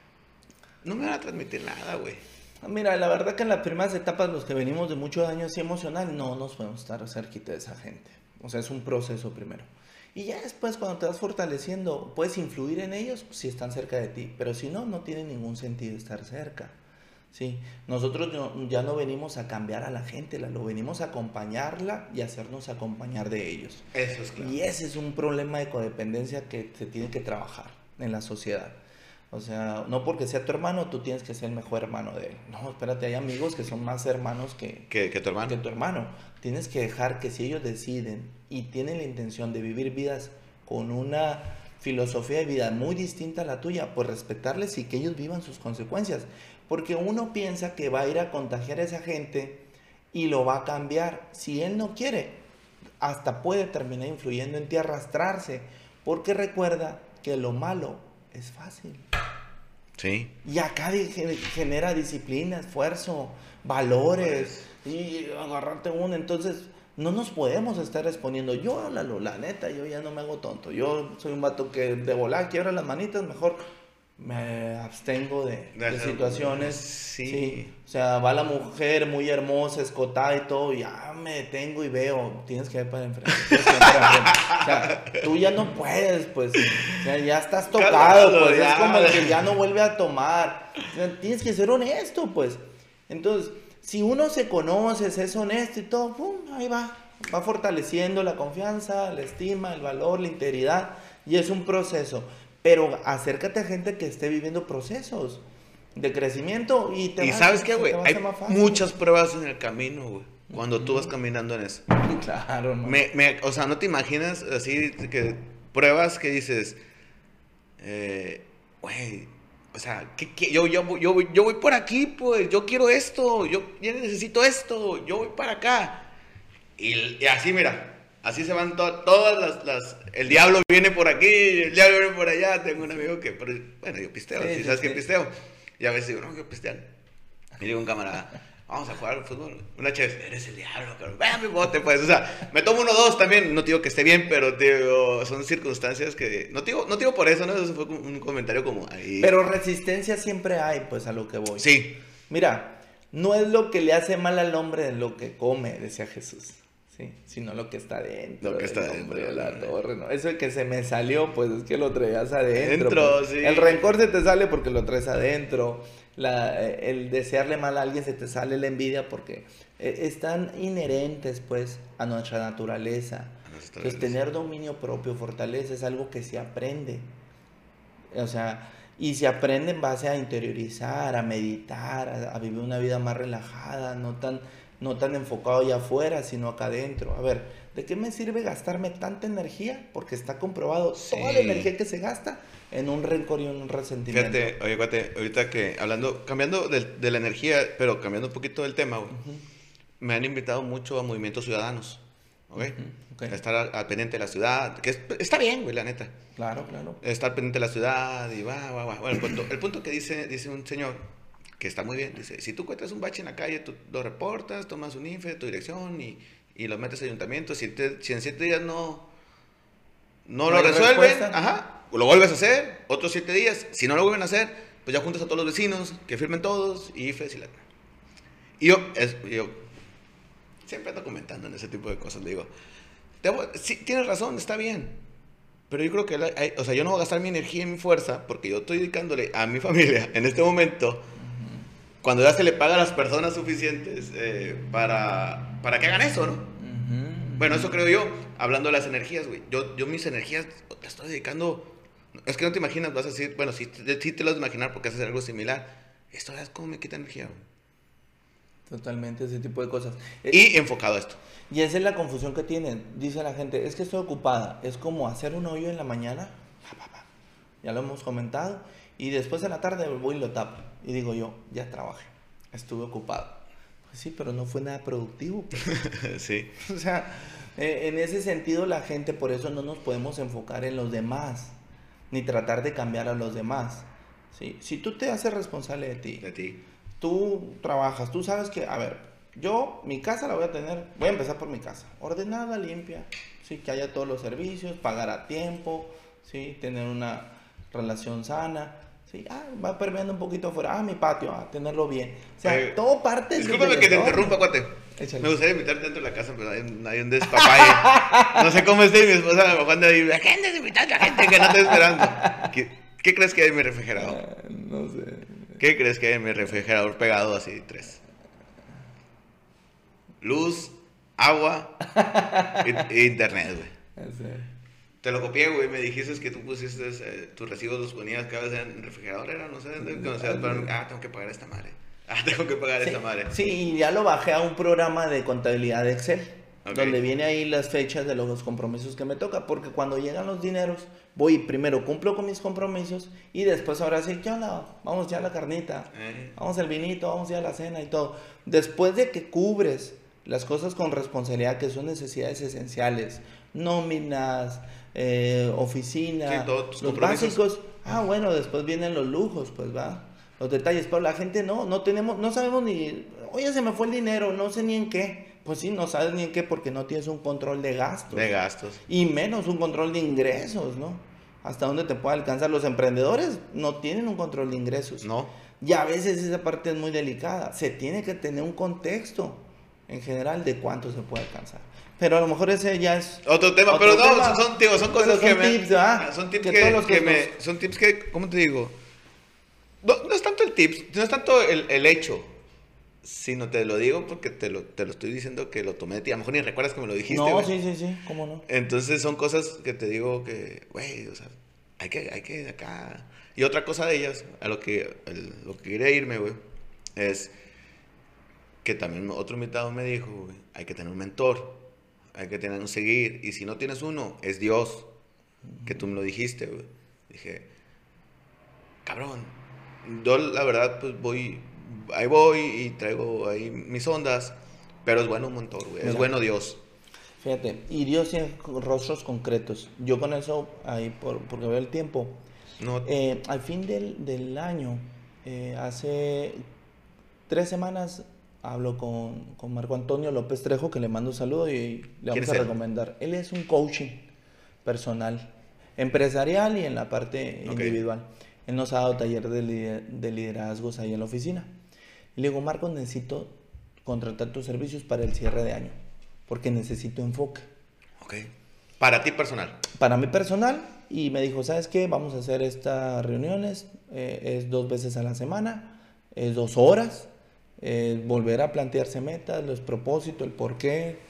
Speaker 1: no me van a transmitir nada, güey.
Speaker 2: Mira, la verdad que en las primeras etapas, los que venimos de mucho daño así emocional, no nos podemos estar cerquita de esa gente. O sea, es un proceso primero. Y ya después, cuando te vas fortaleciendo, puedes influir en ellos si están cerca de ti. Pero si no, no tiene ningún sentido estar cerca. Sí, nosotros no, ya no venimos a cambiar a la gente, la, lo venimos a acompañarla y hacernos acompañar de ellos.
Speaker 1: Eso es claro.
Speaker 2: Y ese es un problema de codependencia que se tiene que trabajar en la sociedad. O sea, no porque sea tu hermano, tú tienes que ser el mejor hermano de él. No, espérate, hay amigos que son más hermanos que,
Speaker 1: ¿Que, que tu hermano?
Speaker 2: que tu hermano. Tienes que dejar que si ellos deciden y tienen la intención de vivir vidas con una filosofía de vida muy distinta a la tuya, pues respetarles y que ellos vivan sus consecuencias. Porque uno piensa que va a ir a contagiar a esa gente y lo va a cambiar. Si él no quiere, hasta puede terminar influyendo en ti, arrastrarse. Porque recuerda que lo malo es fácil.
Speaker 1: Sí.
Speaker 2: Y acá genera disciplina, esfuerzo, valores, y agarrarte uno. Entonces, no nos podemos estar exponiendo. Yo, la, la neta, yo ya no me hago tonto. Yo soy un vato que de volar quiebra las manitas, mejor me abstengo de, de, de situaciones.
Speaker 1: Sí.
Speaker 2: Sí. O sea, va la mujer muy hermosa, escotada y todo, y ya me detengo y veo, tienes que ver para enfrente. Tienes que ver para enfrente. O sea, tú ya no puedes, pues. O sea, ya estás tocado,
Speaker 1: Calado,
Speaker 2: pues.
Speaker 1: ya.
Speaker 2: Es como el que ya no vuelve a tomar. O sea, tienes que ser honesto, pues. Entonces, si uno se conoce, se es honesto y todo, pum, ahí va. Va fortaleciendo la confianza, la estima, el valor, la integridad. Y es un proceso. Pero acércate a gente que esté viviendo procesos de crecimiento y te
Speaker 1: Y
Speaker 2: vas,
Speaker 1: ¿sabes qué, güey? Hay muchas pruebas en el camino, güey. Cuando uh-huh. tú vas caminando en eso.
Speaker 2: Claro, ¿no?
Speaker 1: Me, me, o sea, no te imaginas así que pruebas que dices, eh, güey, o sea, ¿qué, qué? Yo, yo, yo, yo voy por aquí, pues, yo quiero esto, yo, yo necesito esto, yo voy para acá. Y, y así, mira. Así se van to todas las, las... El diablo viene por aquí, el diablo viene por allá. Tengo un amigo que... Pero, bueno, yo pisteo,
Speaker 2: sí,
Speaker 1: si
Speaker 2: sí,
Speaker 1: sabes
Speaker 2: sí.
Speaker 1: que pisteo. Y a veces digo, no, yo pisteo. Y digo a un camarada, vamos a jugar al fútbol. Una chévere, eres el diablo, cabrón. Ve mi bote, pues. O sea, me tomo uno o dos también. No digo que esté bien, pero digo, son circunstancias que... No digo, no digo por eso, ¿no? Eso fue un comentario como ahí.
Speaker 2: Pero resistencia siempre hay, pues, a lo que voy.
Speaker 1: Sí.
Speaker 2: Mira, no es lo que le hace mal al hombre lo que come, decía Jesús. Sí, sino lo que está dentro.
Speaker 1: Lo que está
Speaker 2: dentro
Speaker 1: de
Speaker 2: la torre, ¿no? Eso que se me salió, pues es que lo traías adentro.
Speaker 1: Dentro,
Speaker 2: pues.
Speaker 1: sí.
Speaker 2: El rencor se te sale porque lo traes adentro. La, el desearle mal a alguien se te sale la envidia porque están inherentes, pues, a nuestra naturaleza. A nuestra Entonces, tener dominio propio, fortaleza, es algo que se aprende. O sea, y se aprende en base a interiorizar, a meditar, a, a vivir una vida más relajada, no tan... no tan enfocado allá afuera, sino acá adentro. A ver, ¿de qué me sirve gastarme tanta energía? Porque está comprobado sí. toda la energía que se gasta en un rencor y un resentimiento.
Speaker 1: Fíjate, oye, guate, ahorita que hablando, cambiando de, de la energía, pero cambiando un poquito del tema, güey, uh-huh. me han invitado mucho a movimientos ciudadanos, ¿ok? Uh-huh. Okay. Estar al, al pendiente de la ciudad, que es, está bien, güey, la neta.
Speaker 2: Claro, claro.
Speaker 1: Estar pendiente de la ciudad y va, va, va. Bueno, el punto, el punto que dice, dice un señor, que está muy bien. Dice, si tú encuentras un bache en la calle, tú lo reportas, tomas un I N F E, tu dirección y, y lo metes al ayuntamiento. Si, te, si en siete días no, no,
Speaker 2: ¿No
Speaker 1: lo
Speaker 2: hay
Speaker 1: resuelven,
Speaker 2: respuesta?
Speaker 1: ajá, lo vuelves a hacer, otros siete días. Si no lo vuelven a hacer, pues ya juntas a todos los vecinos, que firmen todos, y I F E S y la... Y yo, es, yo siempre ando comentando en ese tipo de cosas, le digo, te voy- sí, tienes razón, está bien, pero yo creo que, la- hay- o sea, yo no voy a gastar mi energía y mi fuerza, porque yo estoy dedicándole a mi familia en este momento, cuando ya se le paga a las personas suficientes eh, para, para que hagan eso, ¿no?
Speaker 2: Ujú,
Speaker 1: Bueno,
Speaker 2: ujú.
Speaker 1: eso creo yo, hablando de las energías, güey. Yo, yo mis energías las estoy dedicando. Es que no te imaginas, vas a decir, bueno, sí, te- sí te lo vas a imaginar porque haces algo similar. Esto es como me quita energía, güey.
Speaker 2: Totalmente ese tipo de cosas. Eh,
Speaker 1: Y enfocado a esto.
Speaker 2: Y esa es la confusión que tienen. Dice la gente, es que estoy ocupada. Es como hacer un hoyo en la mañana. Pa, pa, pa. Ya lo hemos comentado. Y después en la tarde voy y lo tapo. Y digo yo, ya trabajé. Estuve ocupado. Pues sí, pero no fue nada productivo. Pues.
Speaker 1: Sí.
Speaker 2: O sea, eh, en ese sentido la gente, por eso no nos podemos enfocar en los demás. Ni tratar de cambiar a los demás. ¿Sí? Si tú te haces responsable de ti.
Speaker 1: De ti.
Speaker 2: Tú trabajas, tú sabes que, a ver, yo mi casa la voy a tener, voy a empezar por mi casa, ordenada, limpia, sí, que haya todos los servicios, pagar a tiempo, sí, tener una relación sana, sí, ah, va permeando un poquito afuera, ah, mi patio, ah, tenerlo bien, o sea,
Speaker 1: Eh,
Speaker 2: todo parte del
Speaker 1: Discúlpame que te
Speaker 2: entorno.
Speaker 1: interrumpa, cuate.
Speaker 2: Échale.
Speaker 1: Me gustaría invitarte dentro de la casa, pero hay un, hay un despapalle. No sé cómo esté mi esposa, me mejor anda ahí. ¿A qué andas invitando a gente que no estoy esperando? ¿Qué, qué crees que hay en mi refrigerador?
Speaker 2: Ah, no sé.
Speaker 1: ¿Qué crees que hay en mi refrigerador pegado así? Tres. Luz, agua e, e internet, güey.
Speaker 2: No sé.
Speaker 1: Te lo copié, güey. Me dijiste que tú pusiste eh, tus recibos, los ponías cada vez en el refrigerador. Era, no sé, no sé, pero, ah, tengo que pagar esta madre. Ah, tengo que pagar
Speaker 2: Sí,
Speaker 1: esta madre.
Speaker 2: sí, y ya lo bajé a un programa de contabilidad de Excel,
Speaker 1: Ok.
Speaker 2: donde viene ahí las fechas de los compromisos que me toca, porque cuando llegan los dineros, voy y primero cumplo con mis compromisos y después ahora sí, ¿qué onda? Vamos ya a la carnita,
Speaker 1: Eh.
Speaker 2: vamos al vinito, vamos ya a la cena y todo. Después de que cubres las cosas con responsabilidad, que son necesidades esenciales, nóminas, eh, oficina,
Speaker 1: Sí, todos tus
Speaker 2: los
Speaker 1: compromisos.
Speaker 2: básicos, ah, bueno, después vienen los lujos, pues va. Los detalles, pero la gente no, no tenemos, no sabemos ni, oye, se me fue el dinero, no sé ni en qué. Pues sí, no sabes ni en qué porque no tienes un control de gastos.
Speaker 1: De gastos.
Speaker 2: Y menos un control de ingresos, ¿no? Hasta dónde te puede alcanzar. Los emprendedores no tienen un control de ingresos.
Speaker 1: No.
Speaker 2: Y a veces esa parte es muy delicada. Se tiene que tener un contexto en general de cuánto se puede alcanzar. Pero a lo mejor ese ya es
Speaker 1: Otro tema,
Speaker 2: otro
Speaker 1: pero no,
Speaker 2: tema.
Speaker 1: son, son, digo, son
Speaker 2: Pero
Speaker 1: cosas
Speaker 2: son
Speaker 1: que me...
Speaker 2: tips, ¿verdad?
Speaker 1: Son tips
Speaker 2: Que
Speaker 1: que,
Speaker 2: todos los
Speaker 1: que
Speaker 2: que
Speaker 1: me...
Speaker 2: nos-
Speaker 1: Son tips que, ¿cómo te digo? No, no es tanto el tips, no es tanto el, el hecho, sino te lo digo porque te lo, te lo estoy diciendo que lo tomé de ti. A lo mejor ni recuerdas que me lo dijiste,
Speaker 2: No,
Speaker 1: güey.
Speaker 2: sí, sí, sí, cómo no.
Speaker 1: Entonces son cosas que te digo que, güey, o sea, hay que, hay que acá... Y otra cosa de ellas, a lo que, el- lo que quería irme, güey, es que también otro invitado me dijo, güey, hay que tener un mentor, hay que tener un seguir, y si no tienes uno, es Dios, que tú me lo dijiste, güey. Dije, cabrón, yo la verdad, pues voy, ahí voy y traigo ahí mis ondas, pero es bueno un mentor, güey, es
Speaker 2: Mira.
Speaker 1: bueno Dios.
Speaker 2: Fíjate, y Dios tiene rostros concretos. Yo con eso, ahí por, porque veo el tiempo,
Speaker 1: No,
Speaker 2: eh, al fin del, del año, eh, hace tres semanas, hablo con, con Marco Antonio López Trejo, que le mando un saludo y le
Speaker 1: ¿Quién
Speaker 2: vamos
Speaker 1: es
Speaker 2: a
Speaker 1: él?
Speaker 2: recomendar. Él es un coaching personal, empresarial y en la parte
Speaker 1: Ok.
Speaker 2: individual. Él nos ha dado taller de, lider- de liderazgos ahí en la oficina. Y le digo, Marco, necesito contratar tus servicios para el cierre de año, porque necesito enfoque.
Speaker 1: ok. Para ti personal.
Speaker 2: Para mí personal, y me dijo, ¿sabes qué? Vamos a hacer estas reuniones, eh, es dos veces a la semana, es dos horas, eh, volver a plantearse metas, los propósitos, el por qué.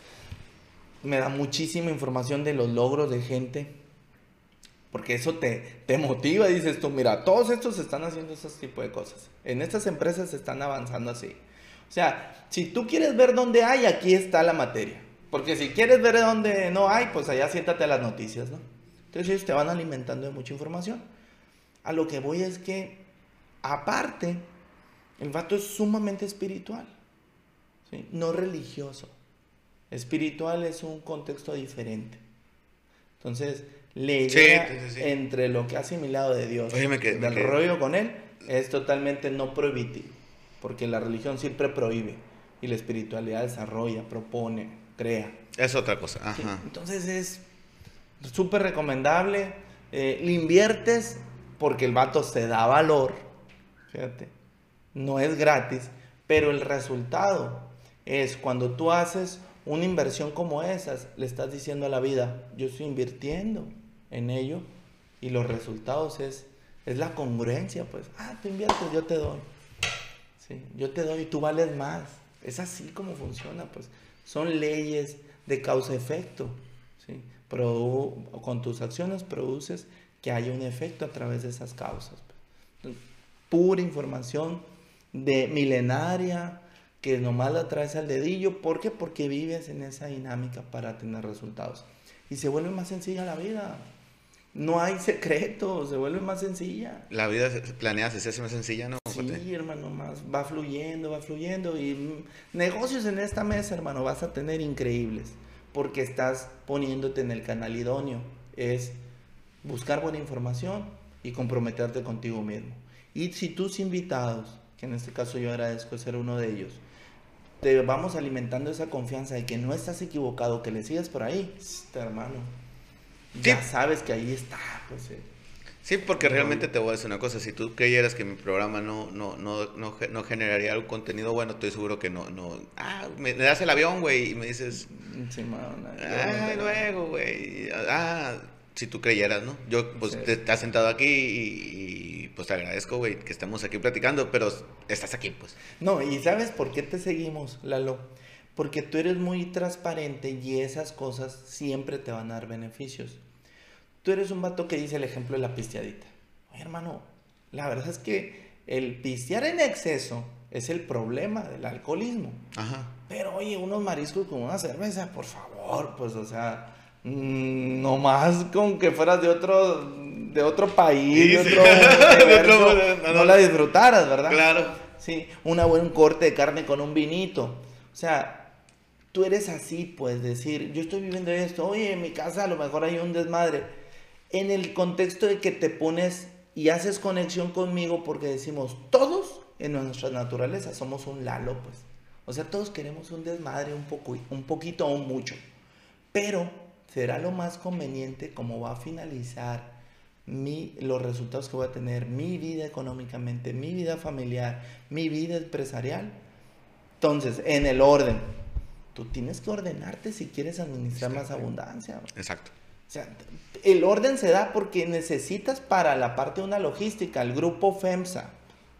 Speaker 2: Me da muchísima información de los logros de gente, porque eso te, te motiva, dices tú, mira, todos estos están haciendo ese tipo de cosas, en estas empresas están avanzando así. O sea, si tú quieres ver dónde hay, aquí está la materia. Porque si quieres ver dónde no hay, pues allá siéntate a las noticias, ¿no? Entonces ellos te van alimentando de mucha información. A lo que voy es que, aparte, el vato es sumamente espiritual, ¿sí? No religioso. Espiritual es un contexto diferente. Entonces, la
Speaker 1: Sí,
Speaker 2: idea
Speaker 1: sí, sí, sí.
Speaker 2: entre lo que ha asimilado de Dios,
Speaker 1: Oye, me quedé- me
Speaker 2: del
Speaker 1: quedé-
Speaker 2: rollo con él, es totalmente no prohibitivo. porque la religión siempre prohíbe y la espiritualidad desarrolla, propone, crea.
Speaker 1: Es otra cosa, ajá.
Speaker 2: Sí, entonces es súper recomendable, eh, le inviertes porque el vato se da valor, fíjate, no es gratis, pero el resultado es cuando tú haces una inversión como esas, le estás diciendo a la vida, yo estoy invirtiendo en ello y los resultados es, es la congruencia, pues, ah, tú inviertes, yo te doy, sí, yo te doy y tú vales más, es así como funciona, pues, son leyes de causa-efecto, ¿sí? Produ- con tus acciones produces que haya un efecto a través de esas causas, pues. Pura información de milenaria, que nomás la traes al dedillo. ¿Por qué? Porque vives en esa dinámica para tener resultados. Y se vuelve más sencilla la vida. No hay secreto, se vuelve más sencilla.
Speaker 1: La vida planeada se hace más sencilla, ¿no?
Speaker 2: Sí, hermano, más va fluyendo, va fluyendo. Y negocios en esta mesa, hermano, vas a tener increíbles. Porque estás poniéndote en el canal idóneo. Es buscar buena información y comprometerte contigo mismo. Y si tus invitados, que en este caso yo agradezco ser uno de ellos, te vamos alimentando esa confianza de que no estás equivocado, que le sigas por ahí, este hermano, ya sí. Sabes que ahí está, pues. Eh.
Speaker 1: Sí, porque realmente te voy a decir una cosa, si tú creyeras que mi programa no, no, no, no, no generaría algún contenido bueno, estoy seguro que no, no, ah, me, me das el avión, güey, y me dices,
Speaker 2: sí, man,
Speaker 1: ah, luego, güey, ah, si tú creyeras, ¿no? Yo, pues, sí. te, te has sentado aquí y, y pues te agradezco, güey, que estemos aquí platicando, pero estás aquí, pues.
Speaker 2: No, y ¿sabes por qué te seguimos, Lalo? Porque tú eres muy transparente y esas cosas siempre te van a dar beneficios. Tú eres un vato que dice el ejemplo de la pisteadita. Oye, hermano, la verdad es que el pistear en exceso es el problema del alcoholismo.
Speaker 1: Ajá.
Speaker 2: Pero, oye, unos mariscos con una cerveza, por favor, pues, o sea... No más con que fueras de otro de otro país, sí, de otro sí. universo, no, no, no la disfrutaras, ¿verdad?
Speaker 1: Claro.
Speaker 2: Sí, una buen corte de carne con un vinito. O sea, tú eres así, pues, decir, yo estoy viviendo esto, oye, en mi casa a lo mejor hay un desmadre. En el contexto de que te pones y haces conexión conmigo porque decimos, todos en nuestra naturaleza somos un Lalo, pues. O sea, todos queremos un desmadre un poco, un poquito o mucho. Pero será lo más conveniente como va a finalizar mi, los resultados que voy a tener, mi vida económicamente, mi vida familiar, mi vida empresarial. Entonces, en el orden, tú tienes que ordenarte si quieres administrar más abundancia.
Speaker 1: Exacto.
Speaker 2: O sea, el orden se da porque necesitas para la parte de una logística, el grupo FEMSA,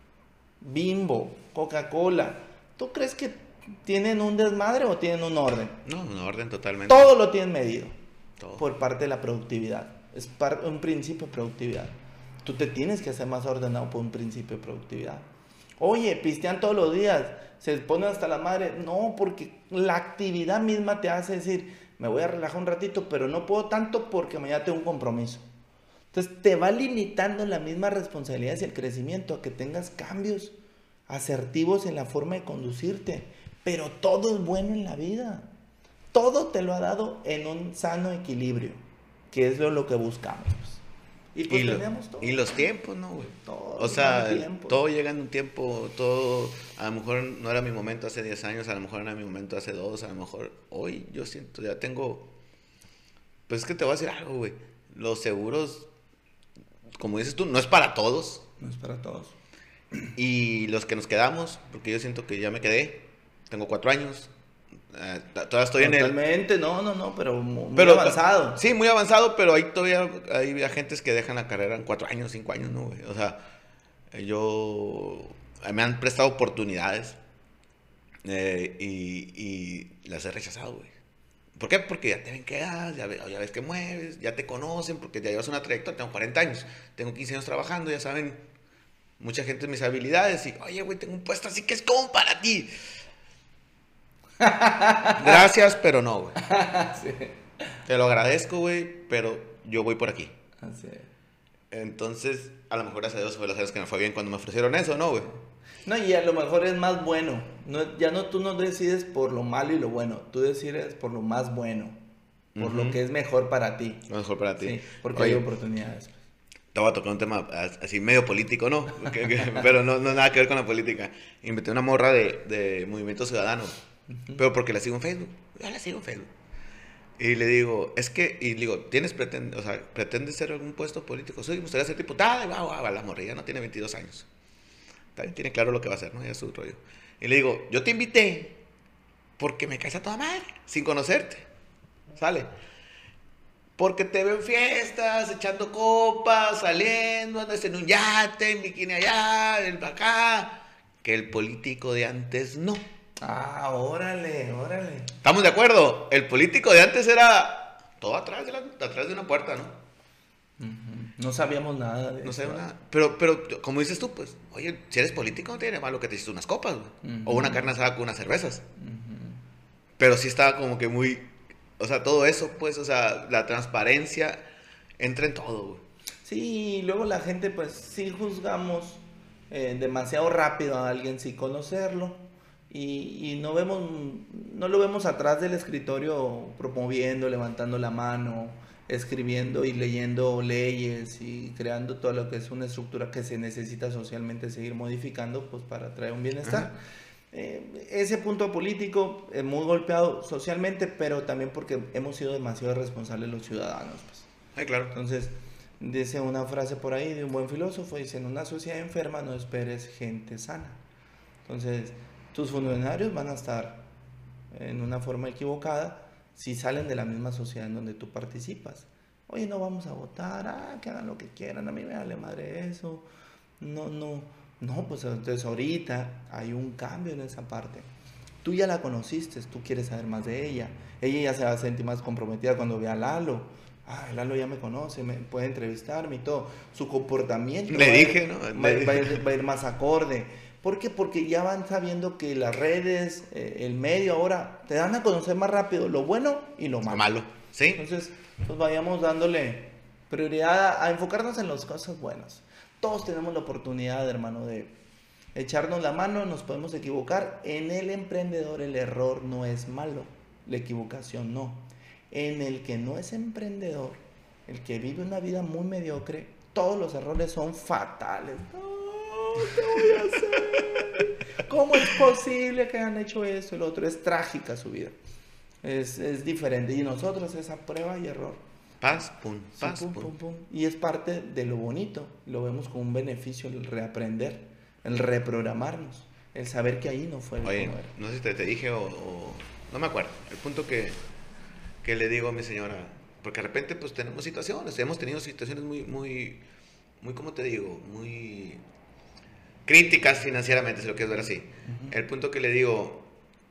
Speaker 2: Bimbo, Coca-Cola. ¿Tú crees que tienen un desmadre o tienen un orden?
Speaker 1: No, un orden totalmente.
Speaker 2: Todo lo tienen medido.
Speaker 1: Todo.
Speaker 2: Por parte de la productividad. Es par- un principio de productividad. Tú te tienes que hacer más ordenado por un principio de productividad. Oye, pistean todos los días, se ponen hasta la madre. No, porque la actividad misma te hace decir, me voy a relajar un ratito, pero no puedo tanto porque mañana tengo un compromiso. Entonces te va limitando la misma responsabilidad y el crecimiento a que tengas cambios asertivos en la forma de conducirte. Pero todo es bueno en la vida. Todo te lo ha dado en un sano equilibrio, que es lo, lo que buscamos.
Speaker 1: Y pues y tenemos lo, todo. Y los tiempos, ¿no, güey?
Speaker 2: Todo.
Speaker 1: O sea, todo llega en un tiempo, todo, a lo mejor no era mi momento hace diez años, a lo mejor no era mi momento hace dos, a lo mejor hoy yo siento, ya tengo, pues es que te voy a decir algo, güey, los seguros, como dices tú, no es para todos.
Speaker 2: No es para todos.
Speaker 1: Y los que nos quedamos, porque yo siento que ya me quedé, tengo cuatro años, eh, todavía estoy
Speaker 2: Totalmente,
Speaker 1: en el...
Speaker 2: Totalmente, no, no, no, pero muy
Speaker 1: pero,
Speaker 2: avanzado.
Speaker 1: Sí, muy avanzado, pero hay todavía hay agentes que dejan la carrera en cuatro años, cinco años, ¿no, güey? O sea, yo... me han prestado oportunidades eh, y, y las he rechazado, güey. ¿Por qué? Porque ya te ven que das, ya, ya ves que mueves, ya te conocen, porque ya llevas una trayectoria, tengo cuarenta años, tengo quince años trabajando, ya saben mucha gente mis habilidades y, oye, güey, tengo un puesto así que es como para ti. Gracias, pero no, güey. Sí. Te lo agradezco, güey, pero yo voy por aquí.
Speaker 2: Así es.
Speaker 1: Entonces, a lo mejor hace dos fue los años que me fue bien cuando me ofrecieron eso, ¿no, güey?
Speaker 2: No, y a lo mejor es más bueno. No, ya no, tú no decides por lo malo y lo bueno. Tú decides por lo más bueno. Por uh-huh. lo que es mejor para ti.
Speaker 1: Lo mejor para ti.
Speaker 2: Sí, porque
Speaker 1: Oye,
Speaker 2: hay oportunidades.
Speaker 1: te voy a tocar un tema así medio político, ¿no? Que, que, pero no, no nada que ver con la política. Invité una morra de, de Movimiento Ciudadano, uh-huh. pero porque la sigo en Facebook. Yo la sigo en Facebook. Y le digo, es que, y le digo, ¿tienes pretende, o sea, pretendes ser algún puesto político? Sí, me gustaría ser diputada. Y va, va, va, la morrilla no tiene veintidós años. También tiene claro lo que va a hacer, ¿no? Ya es su rollo. Y le digo, yo te invité porque me caes a toda madre, sin conocerte. ¿Sale? Porque te veo en fiestas, echando copas, saliendo, andas en un yate, en bikini allá, en acá. Que el político de antes no.
Speaker 2: Ah, órale, órale.
Speaker 1: ¿Estamos de acuerdo? El político de antes era todo atrás de, la, atrás de una puerta, ¿no?
Speaker 2: Uh-huh. No sabíamos nada de
Speaker 1: No
Speaker 2: eso.
Speaker 1: sabíamos nada. Pero, pero, como dices tú, pues, oye, si eres político no tiene malo que te hiciste unas copas, uh-huh. o una carne asada con unas cervezas. Uh-huh. Pero sí estaba como que muy... O sea, todo eso, pues, o sea, la transparencia entra en todo, güey.
Speaker 2: Sí, luego la gente, pues, sí juzgamos eh, demasiado rápido a alguien sin conocerlo y, y no vemos, no lo vemos atrás del escritorio promoviendo, levantando la mano, escribiendo y leyendo leyes y creando todo lo que es una estructura que se necesita socialmente seguir modificando, pues, para traer un bienestar. Ajá. Eh, ese punto político es muy golpeado socialmente, pero también porque hemos sido demasiado responsables los ciudadanos, pues.
Speaker 1: Ay, claro.
Speaker 2: Entonces, dice una frase por ahí de un buen filósofo, dice, en una sociedad enferma no esperes gente sana. Entonces, tus funcionarios van a estar en una forma equivocada si salen de la misma sociedad en donde tú participas. Oye, no vamos a votar, ah, que hagan lo que quieran, a mí me vale madre eso, no, no... No, pues entonces ahorita hay un cambio en esa parte. Tú ya la conociste, tú quieres saber más de ella. Ella ya se va a sentir más comprometida cuando vea a Lalo. Ah, Lalo ya me conoce, me puede entrevistarme y todo. Su comportamiento
Speaker 1: Le
Speaker 2: va,
Speaker 1: dije,
Speaker 2: a,
Speaker 1: ¿no?
Speaker 2: va, va, a ir, va a ir más acorde. ¿Por qué? Porque ya van sabiendo que las redes, eh, el medio ahora, te dan a conocer más rápido lo bueno y lo malo.
Speaker 1: Lo malo, ¿sí?
Speaker 2: Entonces, pues vayamos dándole prioridad a, a enfocarnos en las cosas buenas. Todos tenemos la oportunidad, hermano, de echarnos la mano, nos podemos equivocar. En el emprendedor el error no es malo, la equivocación no. En el que no es emprendedor, el que vive una vida muy mediocre, todos los errores son fatales. No, ¿qué voy a hacer? ¿Cómo es posible que hayan hecho esto? El otro es trágica su vida. Es, es diferente. Y nosotros esa prueba y error.
Speaker 1: Paz, pum, paz,
Speaker 2: sí, pum,
Speaker 1: pum.
Speaker 2: pum, pum. Y es parte de lo bonito. Lo vemos como un beneficio el reaprender, el reprogramarnos, el saber que ahí no fue el
Speaker 1: Oye,
Speaker 2: comer.
Speaker 1: No sé si te, te dije o, o... No me acuerdo. El punto que, que le digo a mi señora, porque de repente pues tenemos situaciones, hemos tenido situaciones muy, muy, muy, ¿cómo te digo? Muy críticas financieramente, si lo quieres ver así. Uh-huh. El punto que le digo,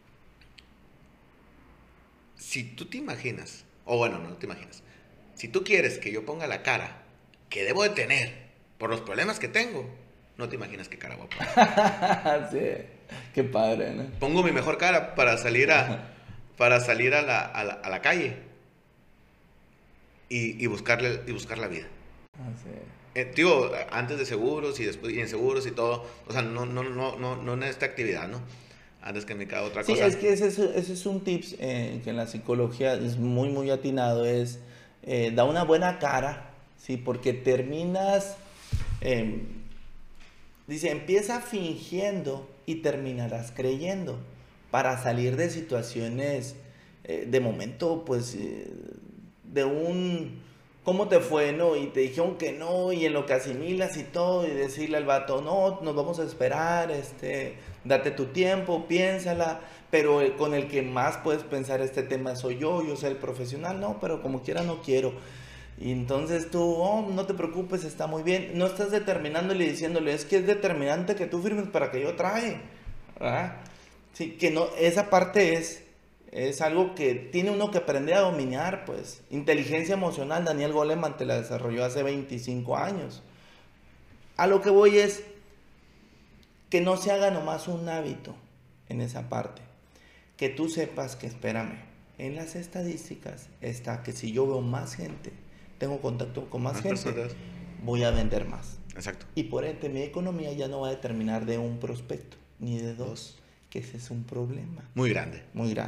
Speaker 1: si tú te imaginas, o bueno, no te imaginas, si tú quieres que yo ponga la cara que debo de tener por los problemas que tengo, no te imaginas qué cara voy a
Speaker 2: poner. Sí, qué padre, ¿no?
Speaker 1: Pongo mi mejor cara para salir a, para salir a, la, a, la, a la calle y, y, buscarle, y buscar la vida.
Speaker 2: Ah, sí.
Speaker 1: Eh, digo, antes de seguros y después y en seguros y todo, o sea, no, no, no, no, no en esta actividad, ¿no? Antes que me cae otra
Speaker 2: sí,
Speaker 1: cosa.
Speaker 2: Sí, es que ese es, ese es un tips eh, que en la psicología es muy, muy atinado, es... Eh, da una buena cara, ¿sí? Porque terminas, eh, dice, empieza fingiendo y terminarás creyendo para salir de situaciones, eh, de momento, pues, eh, de un, ¿cómo te fue, no? Y te dijeron que no, y en lo que asimilas y todo, y decirle al vato, no, nos vamos a esperar, este, date tu tiempo, piénsala. Pero el, con el que más puedes pensar este tema soy yo, yo soy el profesional, no, pero como quiera no quiero. Y entonces tú, oh, no te preocupes, está muy bien. No estás determinándole y diciéndole, es que es determinante que tú firmes para que yo traje, ¿verdad? Sí, que no, esa parte es, es algo que tiene uno que aprender a dominar, pues. Inteligencia emocional, Daniel Goleman te la desarrolló hace veinticinco años. A lo que voy es que no se haga nomás un hábito en esa parte. Que tú sepas que, espérame, en las estadísticas está que si yo veo más gente, tengo contacto con más, más gente, personas, voy a vender más.
Speaker 1: Exacto.
Speaker 2: Y por ende mi economía ya no va a determinar de un prospecto, ni de dos, que ese es un problema.
Speaker 1: Muy grande.
Speaker 2: Muy grande.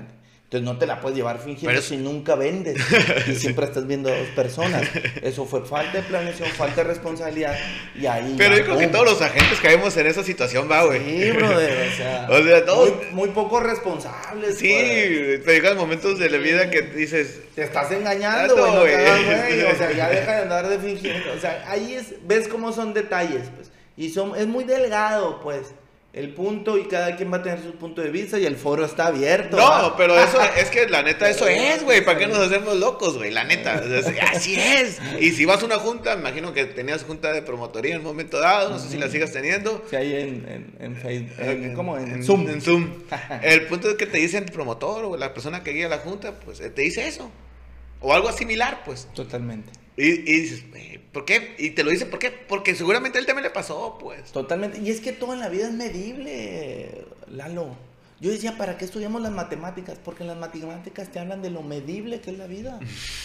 Speaker 2: Entonces no te la puedes llevar fingiendo
Speaker 1: Pero-
Speaker 2: si nunca vendes y siempre estás viendo a dos personas. Eso fue falta de planeación, falta de responsabilidad y ahí...
Speaker 1: Pero
Speaker 2: ya,
Speaker 1: yo creo que
Speaker 2: ¡pum!
Speaker 1: todos los agentes caemos en esa situación, va, güey.
Speaker 2: Sí, brother, o sea...
Speaker 1: O sea, todos-
Speaker 2: Muy, muy poco responsables,
Speaker 1: Sí,
Speaker 2: pues.
Speaker 1: te llegan momentos de la vida que dices,
Speaker 2: Te estás engañando,
Speaker 1: Tato,
Speaker 2: güey, no te
Speaker 1: güey.
Speaker 2: hagas, güey. O sea, ya deja de andar de fingiendo. O sea, ahí es... ¿Ves cómo son detalles, pues? Y son... Es muy delgado, pues. El punto y cada quien va a tener su punto de vista y el foro está abierto.
Speaker 1: no,
Speaker 2: ¿va?
Speaker 1: pero eso es que la neta eso es, güey, ¿para qué nos hacemos locos, güey? La neta, es- así es. Y si vas a una junta, me imagino que tenías junta de promotoría en un momento dado, no sé si la sigas teniendo.
Speaker 2: Sí, ahí en, en, en Facebook. En, ¿Cómo? En,
Speaker 1: en
Speaker 2: Zoom.
Speaker 1: En Zoom. El punto es que te dicen promotor o la persona que guía la junta, pues eh, te dice eso. O algo similar, pues.
Speaker 2: Totalmente.
Speaker 1: Y, y dices, "Güey, ¿por qué? Y te lo dice, ¿por qué? Porque seguramente a él también le pasó, pues.
Speaker 2: Totalmente. Y es que todo en la vida es medible, Lalo. Yo decía, ¿para qué estudiamos las matemáticas? Porque las matemáticas te hablan de lo medible que es la vida.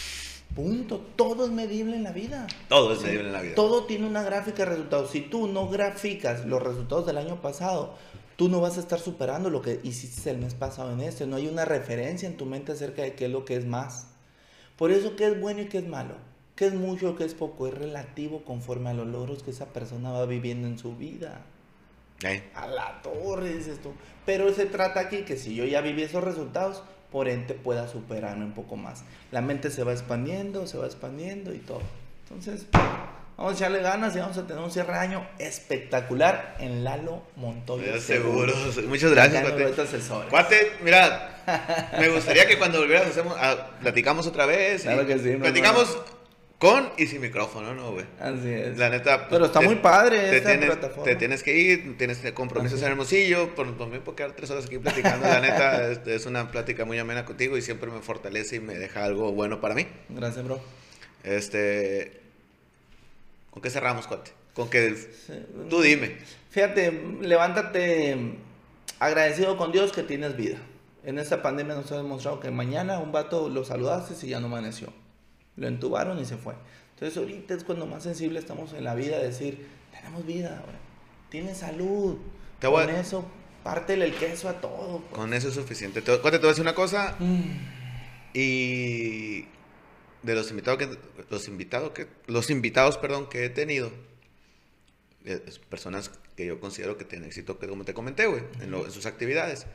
Speaker 2: Punto. Todo es medible en la vida.
Speaker 1: Todo es
Speaker 2: Sí.
Speaker 1: medible en la vida.
Speaker 2: Todo tiene una gráfica de resultados. Si tú no graficas los resultados del año pasado, tú no vas a estar superando lo que hiciste el mes pasado en este. No hay una referencia en tu mente acerca de qué es lo que es más. Por eso, ¿qué es bueno y qué es malo? ¿Qué es mucho o qué es poco? Es relativo conforme a los logros que esa persona va viviendo en su vida.
Speaker 1: Eh,
Speaker 2: A la torre, dices tú. Pero se trata aquí que si yo ya viví esos resultados, por ende pueda superarme un poco más. La mente se va expandiendo, se va expandiendo y todo. Entonces, vamos a echarle ganas y vamos a tener un cierre de año espectacular en Lalo Montoya.
Speaker 1: Ya, seguro. Muchas gracias,
Speaker 2: Acá en
Speaker 1: cuate.
Speaker 2: Roberto Asesores.
Speaker 1: Cuate, mira, me gustaría que cuando volvieras hacemos, ah, platicamos otra vez. y
Speaker 2: Claro que sí, mi
Speaker 1: platicamos con y sin micrófono, ¿no, güey?
Speaker 2: Así es.
Speaker 1: La neta.
Speaker 2: Pero está
Speaker 1: te-
Speaker 2: muy padre
Speaker 1: te
Speaker 2: esta
Speaker 1: tienes,
Speaker 2: plataforma.
Speaker 1: Te tienes que ir, tienes compromisos
Speaker 2: Así
Speaker 1: en Hermosillo. Por, por mí puedo quedar tres horas aquí platicando. La neta, es, es una plática muy amena contigo y siempre me fortalece y me deja algo bueno para mí.
Speaker 2: Gracias, bro.
Speaker 1: Este. ¿Con qué cerramos, cuate? Con que.
Speaker 2: Sí.
Speaker 1: Tú dime.
Speaker 2: Fíjate, levántate agradecido con Dios que tienes vida. En esta pandemia nos ha demostrado que mañana un vato lo saludaste y ya no amaneció. Lo entubaron y se fue. Entonces ahorita es cuando más sensible estamos en la vida, decir, tenemos vida, güey. Tienes salud.
Speaker 1: Te voy a-
Speaker 2: Con eso, pártele el queso a todo. Pues.
Speaker 1: Con eso es suficiente. Te, cuate, te voy a decir una cosa.
Speaker 2: Mm,
Speaker 1: Y de los invitados que los invitados que los invitados, perdón, que he tenido, eh, es personas que yo considero que tienen éxito, que como te comenté, güey, en, lo- en sus actividades.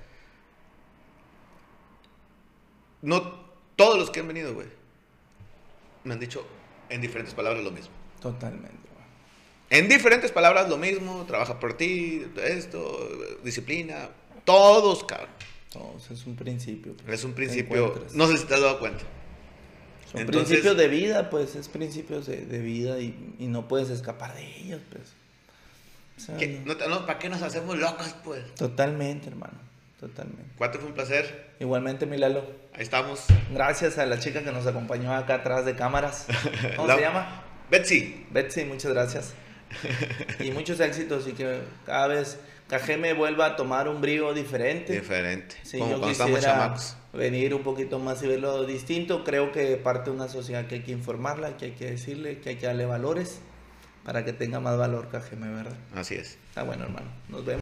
Speaker 1: No todos los que han venido, güey, me han dicho en diferentes palabras lo mismo.
Speaker 2: totalmente, güey.
Speaker 1: En diferentes palabras lo mismo, trabaja por ti, esto, disciplina, todos, cabrón.
Speaker 2: Todo eso es un principio. pues,
Speaker 1: Es un
Speaker 2: te
Speaker 1: principio,
Speaker 2: encuentras.
Speaker 1: no sé si te has dado cuenta.
Speaker 2: Son
Speaker 1: Entonces-
Speaker 2: principios de vida, pues, es principios de, de vida y, y no puedes escapar de ellos, pues. O sea,
Speaker 1: ¿Qué?
Speaker 2: no-
Speaker 1: No, te- no, ¿para qué nos hacemos locos, pues?
Speaker 2: Totalmente, hermano, totalmente.
Speaker 1: Cuatro, fue un placer.
Speaker 2: Igualmente, mi Lalo,
Speaker 1: Ahí estamos.
Speaker 2: gracias a la chica que nos acompañó acá atrás de cámaras. ¿Cómo
Speaker 1: La-
Speaker 2: se llama?
Speaker 1: Betsy.
Speaker 2: Betsy, muchas gracias. Y muchos éxitos y que cada vez Cajeme vuelva a tomar un brío diferente.
Speaker 1: Diferente.
Speaker 2: Sí,
Speaker 1: como
Speaker 2: yo
Speaker 1: cuando estamos
Speaker 2: quisiera
Speaker 1: chamacos.
Speaker 2: venir un poquito más y verlo distinto. Creo que parte de una sociedad que hay que informarla, que hay que decirle, que hay que darle valores para que tenga más valor Cajeme, ¿verdad?
Speaker 1: Así es.
Speaker 2: Está bueno, hermano. Nos vemos.